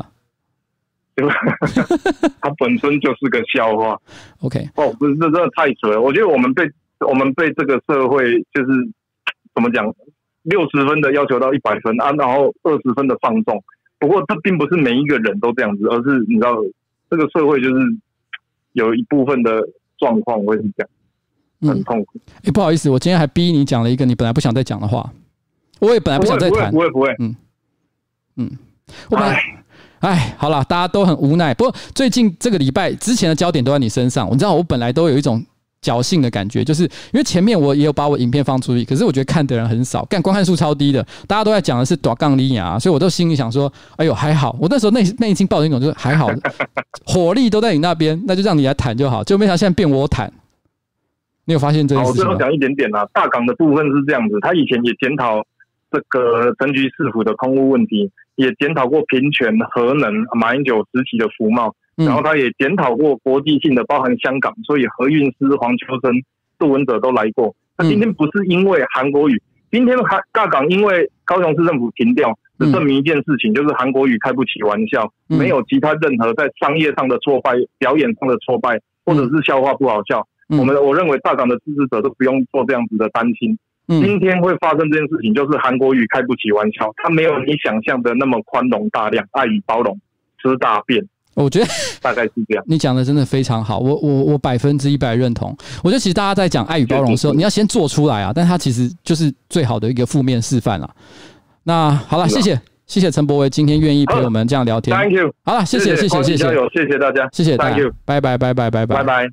他本身就是个笑话。 OK， 哦，不是，这真的太扯了。我觉得我们被我们被这个社会就是怎么讲，六十分的要求到一百分啊，然后二十分的放纵。不过这并不是每一个人都这样子，而是你知道，这个社会就是有一部分的状况会是这样，很痛苦。 哎、嗯欸，不好意思，我今天还逼你讲了一个你本来不想再讲的话，我也本来不想再谈， 不会不会， 嗯嗯，我本来。哎，好啦，大家都很无奈。不过最近这个礼拜之前的焦点都在你身上，你知道我本来都有一种侥幸的感觉，就是因为前面我也有把我影片放出去，可是我觉得看的人很少，干观看数超低的，大家都在讲的是短杠利亚，所以我都心里想说，哎呦还好，我那时候内内心抱着一种就是还好，火力都在你那边，那就让你来谈就好，就没想到现在变我谈。你有发现这件事情吗？ 我最后讲一点点啦，大港的部分是这样子，他以前也检讨这个陈局市府的空污问题，也检讨过平权、核能、马英九时期的服贸，然后他也检讨过国际性的，包含香港，所以何韵诗、黄秋生、杜文哲都来过。那今天不是因为韩国瑜，今天大港因为高雄市政府停掉，只证明一件事情，就是韩国瑜开不起玩笑，没有其他任何在商业上的挫败、表演上的挫败，或者是笑话不好笑。我们我认为大港的支持者都不用做这样子的担心。今天会发生这件事情，就是韩国瑜开不起玩笑，他没有你想象的那么宽容大量、爱与包容、吃大便。 我觉得大概是这样。 你讲的真的非常好，我我我百分之一百认同。我觉得其实大家在讲爱与包容的时候，你要先做出来啊，但它其实就是最好的一个负面示范了。那好了，谢谢谢谢陈柏惟今天愿意陪我们这样聊天。 Thank you。 好了，谢谢谢谢谢谢， 谢谢大家， 谢谢大家， Thank you， 拜拜拜拜拜拜拜拜。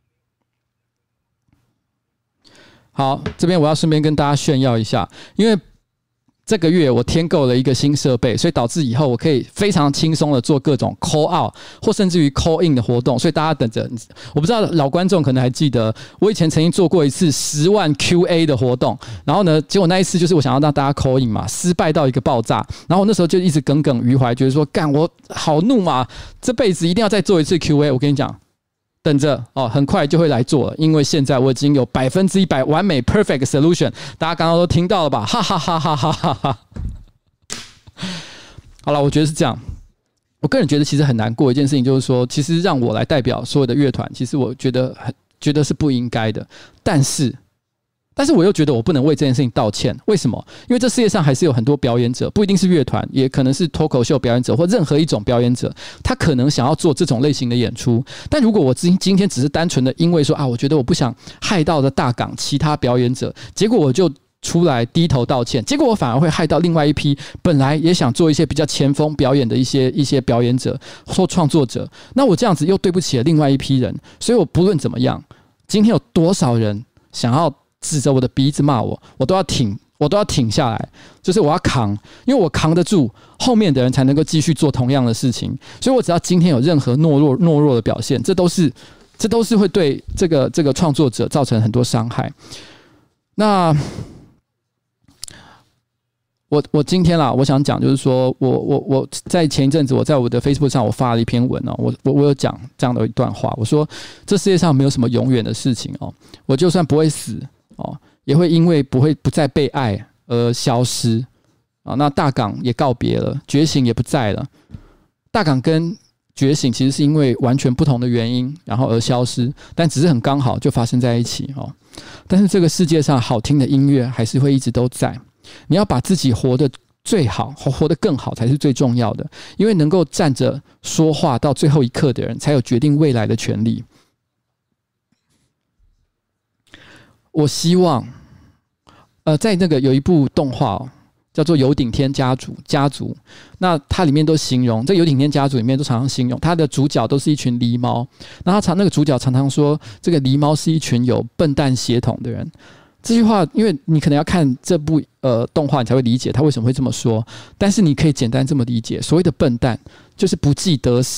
好，这边我要顺便跟大家炫耀一下，因为这个月我添购了一个新设备，所以导致以后我可以非常轻松的做各种 call out 或甚至于 call in 的活动，所以大家等着。我不知道老观众可能还记得，我以前曾经做过一次十万 Q A 的活动，然后呢，结果那一次就是我想要让大家 call in 嘛，失败到一个爆炸，然后我那时候就一直耿耿于怀，觉得说干我好怒嘛，这辈子一定要再做一次 Q A。我跟你讲。等着哦，很快就会来做了，因为现在我已经有百分之一百完美 perfect solution， 大家刚刚都听到了吧？哈哈哈哈哈哈哈！好了，我觉得是这样。我个人觉得其实很难过一件事情，就是说，其实让我来代表所有的乐团，其实我觉得很觉得是不应该的，但是。但是我又觉得我不能为这件事情道歉，为什么？因为这世界上还是有很多表演者，不一定是乐团，也可能是脱口秀表演者或任何一种表演者，他可能想要做这种类型的演出。但如果我今今天只是单纯的因为说啊，我觉得我不想害到的大港其他表演者，结果我就出来低头道歉，结果我反而会害到另外一批本来也想做一些比较前锋表演的一些一些表演者或创作者，那我这样子又对不起了另外一批人。所以我不论怎么样，今天有多少人想要指着我的鼻子骂我，我都要挺，我都要挺下来，就是我要扛，因为我扛得住，后面的人才能够继续做同样的事情。所以我只要今天有任何懦弱懦弱的表现，这都是这都是会对这个这个创作者造成很多伤害。那我我今天啦，我想讲就是说，我我我在前一阵子，我在我的 Facebook 上我发了一篇文哦，我我我有讲这样的一段话，我说这世界上没有什么永远的事情哦，我就算不会死哦，也会因为不会不再被爱而消失啊。那大港也告别了，觉醒也不在了。大港跟觉醒其实是因为完全不同的原因，然后而消失，但只是很刚好就发生在一起哦。但是这个世界上好听的音乐还是会一直都在。你要把自己活得最好，活得更好才是最重要的，因为能够站着说话到最后一刻的人，才有决定未来的权利。我希望，呃，在那个有一部动画哦，叫做《有顶天家族》家族，那它里面都形容，这《有顶天家族》里面都常常形容，它的主角都是一群狸猫，那他常那个主角常常说，这个狸猫是一群有笨蛋血统的人。这句话，因为你可能要看这部呃动画，你才会理解他为什么会这么说。但是你可以简单这么理解，所谓的笨蛋，就是不计得失，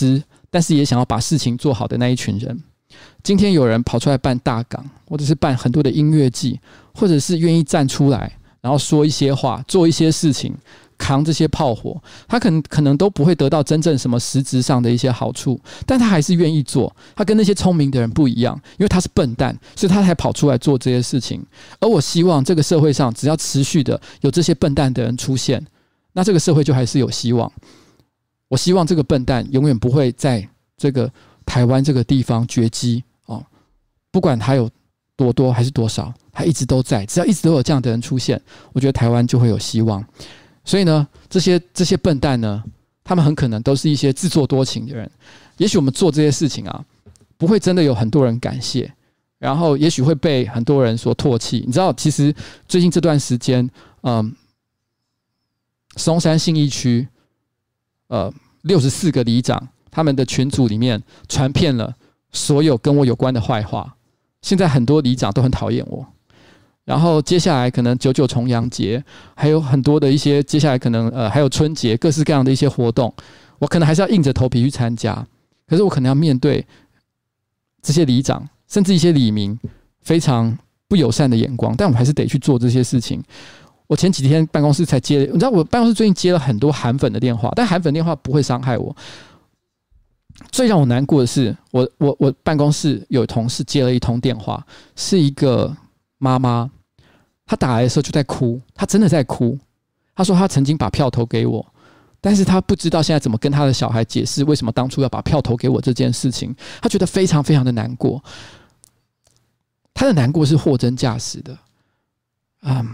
但是也想要把事情做好的那一群人。今天有人跑出来办大港，或者是办很多的音乐季，或者是愿意站出来，然后说一些话，做一些事情，扛这些炮火，他可能可能都不会得到真正什么实质上的一些好处，但他还是愿意做。他跟那些聪明的人不一样，因为他是笨蛋，所以他才跑出来做这些事情。而我希望这个社会上只要持续的有这些笨蛋的人出现，那这个社会就还是有希望。我希望这个笨蛋永远不会在这个台湾这个地方绝迹哦，不管他有多多还是多少，他一直都在。只要一直都有这样的人出现，我觉得台湾就会有希望。所以呢，这些这些笨蛋呢，他们很可能都是一些自作多情的人。也许我们做这些事情啊，不会真的有很多人感谢，然后也许会被很多人所唾弃。你知道，其实最近这段时间，嗯，松山信义区，呃，六十四个里长。他们的群组里面传遍了所有跟我有关的坏话，现在很多里长都很讨厌我。然后接下来可能九九重阳节，还有很多的一些接下来可能呃还有春节各式各样的一些活动，我可能还是要硬着头皮去参加。可是我可能要面对这些里长，甚至一些里民非常不友善的眼光，但我还是得去做这些事情。我前几天办公室才接了，你知道我办公室最近接了很多韩粉的电话，但韩粉电话不会伤害我。最让我难过的是，我我我办公室有同事接了一通电话，是一个妈妈，她打来的时候就在哭，她真的在哭。她说她曾经把票投给我，但是她不知道现在怎么跟她的小孩解释为什么当初要把票投给我这件事情，她觉得非常非常的难过。她的难过是货真价实的，嗯，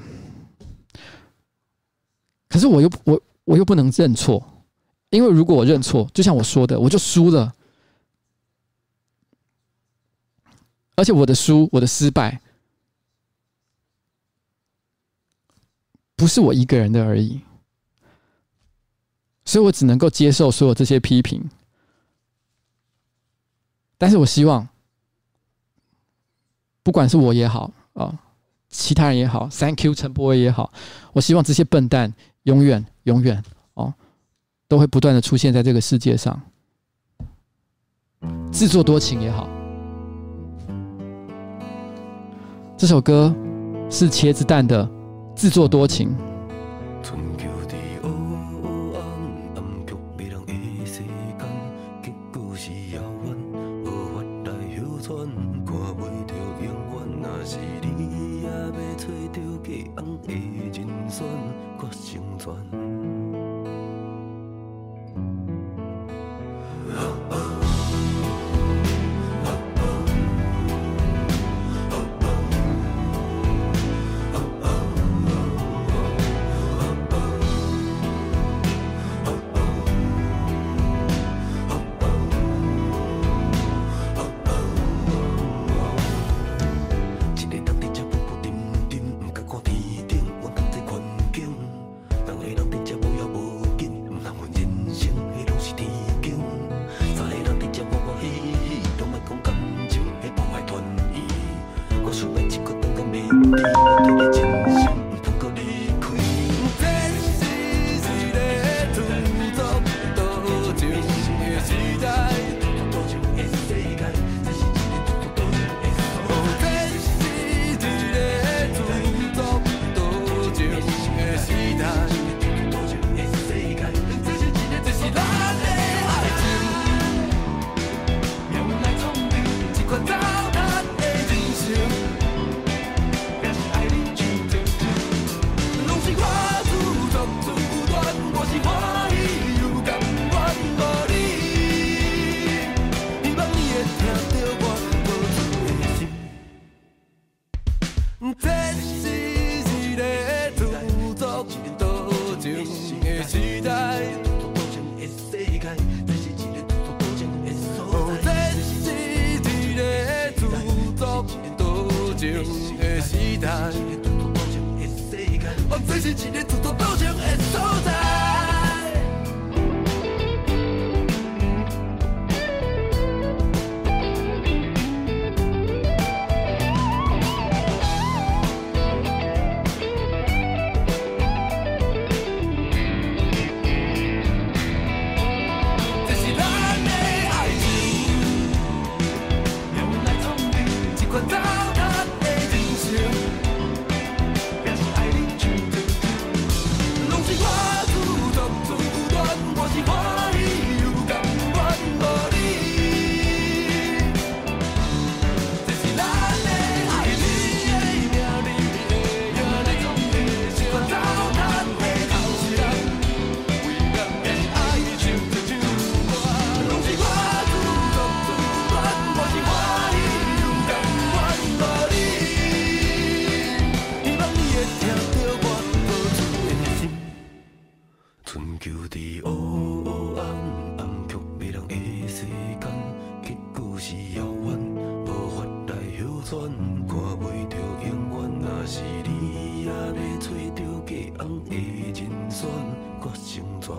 可是我又我我又不能认错。因为如果我认错，就像我说的，我就输了。而且我的输，我的失败，不是我一个人的而已。所以我只能够接受所有这些批评。但是我希望，不管是我也好啊，其他人也好 ，Thank you 陈柏惟也好，我希望这些笨蛋永远永远哦。都会不断的出现在这个世界上，自作多情也好。这首歌是茄子蛋的《自作多情》。 爱款糟蹋的人生，也是爱你像着着，拢是我自作自愿，我是欢喜又甘愿无你，这是咱的爱情的命，你的命你总会想糟蹋的人生，为难也是爱你像着像我，拢是我自作自愿，我是欢喜又甘愿无你，希望你会听到我无处的心。春秋伫黑黑暗暗曲迷人的世间，结果是遥远，无法来休喘，看袂着永远。若是你也要找着假红的人选，我成全。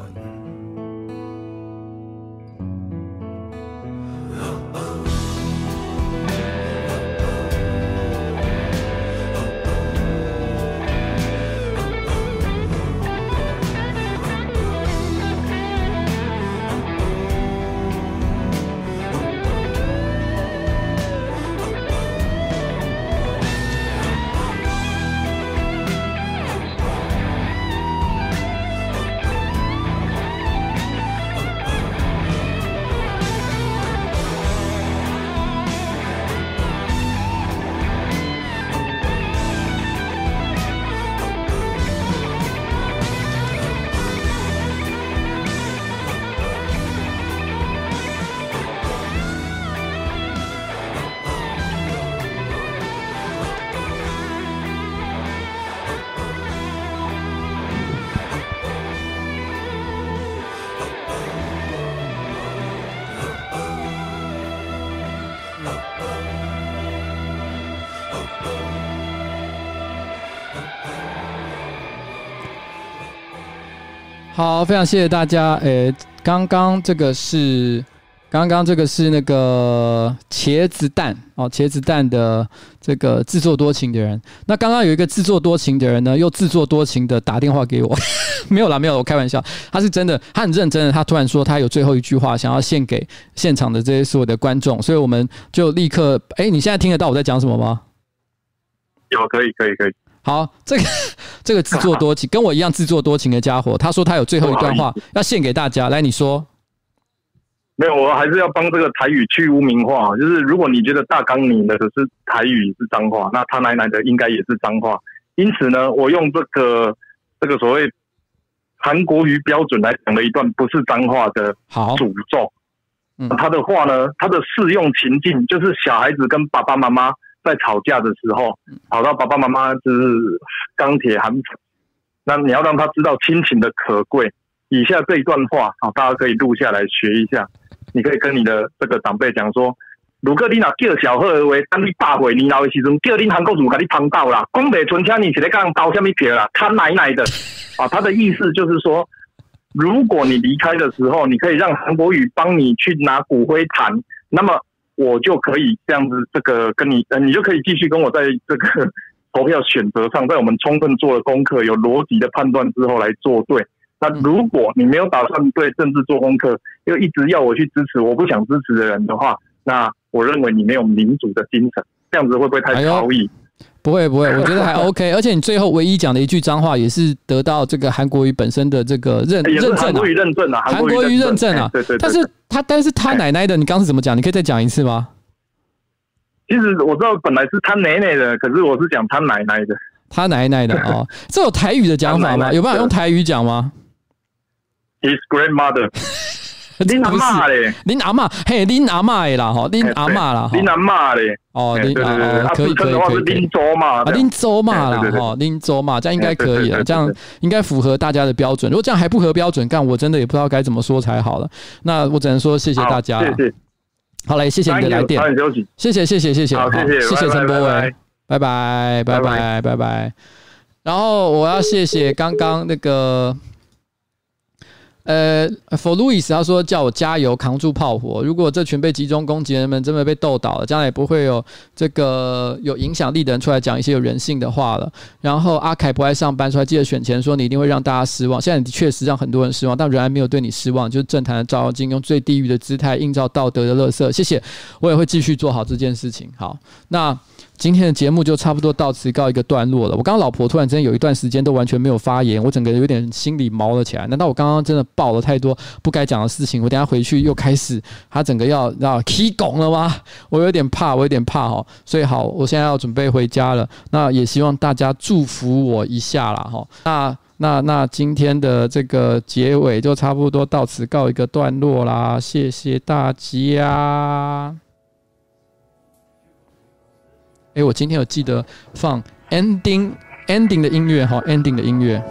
好，非常谢谢大家。诶，刚刚这个是，刚刚这个是那个茄子蛋哦，茄子蛋的这个自作多情的人。那刚刚有一个自作多情的人呢，又自作多情的打电话给我，没有啦，没有，我开玩笑。他是真的，他很认真的，他突然说他有最后一句话想要献给现场的这些所有的观众，所以我们就立刻，哎，你现在听得到我在讲什么吗？ 有，可以，可以，可以。 好，这个这个自作多情，跟我一样自作多情的家伙，他说他有最后一段话要献给大家，来，你说。 没有，我还是要帮这个台语去污名化。就是如果你觉得大纲你的是台语是脏话，那他奶奶的应该也是脏话。因此呢，我用这个这个所谓韩国语标准来讲了一段不是脏话的诅咒。嗯，他的话呢，他的适用情境就是小孩子跟爸爸妈妈在吵架的时候，吵到爸爸妈妈就是钢铁寒粉，那你要让他知道亲情的可贵。以下这一段话，大家可以录下来学一下。你可以跟你的这个长辈讲说，如果你若叫小贺的话，等你百岁年老的时阵，叫恁韩国人给你捧到啦，讲袂存，请你是在讲包什么票啦，他奶奶的啊！他的意思就是说，如果你离开的时候，你可以让韩国瑜帮你去拿骨灰坛，那么我就可以这样子，这个跟你，呃，你就可以继续跟我在这个投票选择上，在我们充分做了功课、有逻辑的判断之后来做对。那如果你没有打算对政治做功课，又一直要我去支持我不想支持的人的话，那我认为你没有民主的精神，这样子会不会太超意？ 哎、不会不会，我觉得还 OK。而且你最后唯一讲的一句脏话，也是得到这个韩国瑜本身的这个认认证啊， 韩国瑜认证啊， 韩国瑜认证啊。 对 对, 对, 对。 但是他但是他奶奶的，你刚是怎么讲？你可以再讲一次吗？ 其实我知道本来是他奶奶的，可是我是讲他奶奶的。 他奶奶的哦，这有台语的讲法吗？有办法用台语讲吗？ His grandmother， 恁阿嬷嘞， 恁阿嬷，嘿，恁阿嬷的啦，吼，恁阿嬷啦， 恁阿嬷嘞， 哦， 对对对， 哦，可以可以可以， 恁祖妈， 啊，恁祖妈啦，吼，恁祖妈，这样应该可以了，这样应该符合大家的标准。如果这样还不合标准，干我真的也不知道该怎么说才好了。那我只能说谢谢大家， 谢谢。 好嘞，谢谢你的来电，谢谢谢谢谢谢， 好，谢谢谢谢陈柏惟，拜拜拜拜拜拜。然后我要谢谢刚刚那个。 呃 ，For Louis 他说叫我加油，扛住炮火。如果这群被集中攻击的人们真的被斗倒了，将来也不会有这个有影响力的人出来讲一些有人性的话了。然后阿凯不爱上班，出来记得选前说你一定会让大家失望。现在你确实让很多人失望，但仍然没有对你失望。就是政坛的照妖镜，用最低愚的姿态映照道德的垃圾。谢谢，我也会继续做好这件事情。好，那今天的节目就差不多到此告一个段落了。我刚刚老婆突然之间有一段时间都完全没有发言，我整个有点心里毛了起来。难道我刚刚真的爆了太多不该讲的事情？我等一下回去又开始，他整个要要起拱了吗？我有点怕，我有点怕哈。所以好，我现在要准备回家了。那也希望大家祝福我一下啦哈。那那那今天的这个结尾就差不多到此告一个段落啦，谢谢大家。哎、欸，我今天有记得放 ending ending 的音乐哈 ，ending 的音乐。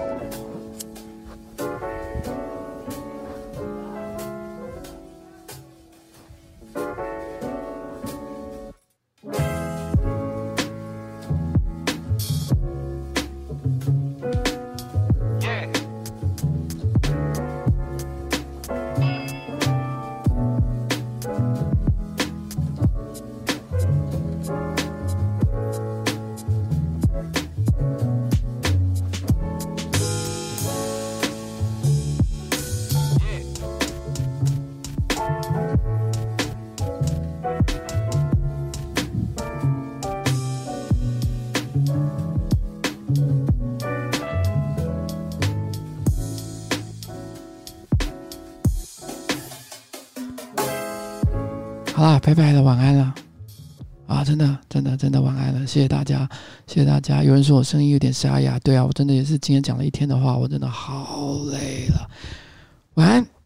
好啦，拜拜了，晚安了。啊，真的，真的，真的晚安了，谢谢大家，谢谢大家。有人说我声音有点沙哑，对啊，我真的也是今天讲了一天的话，我真的好累了。晚安。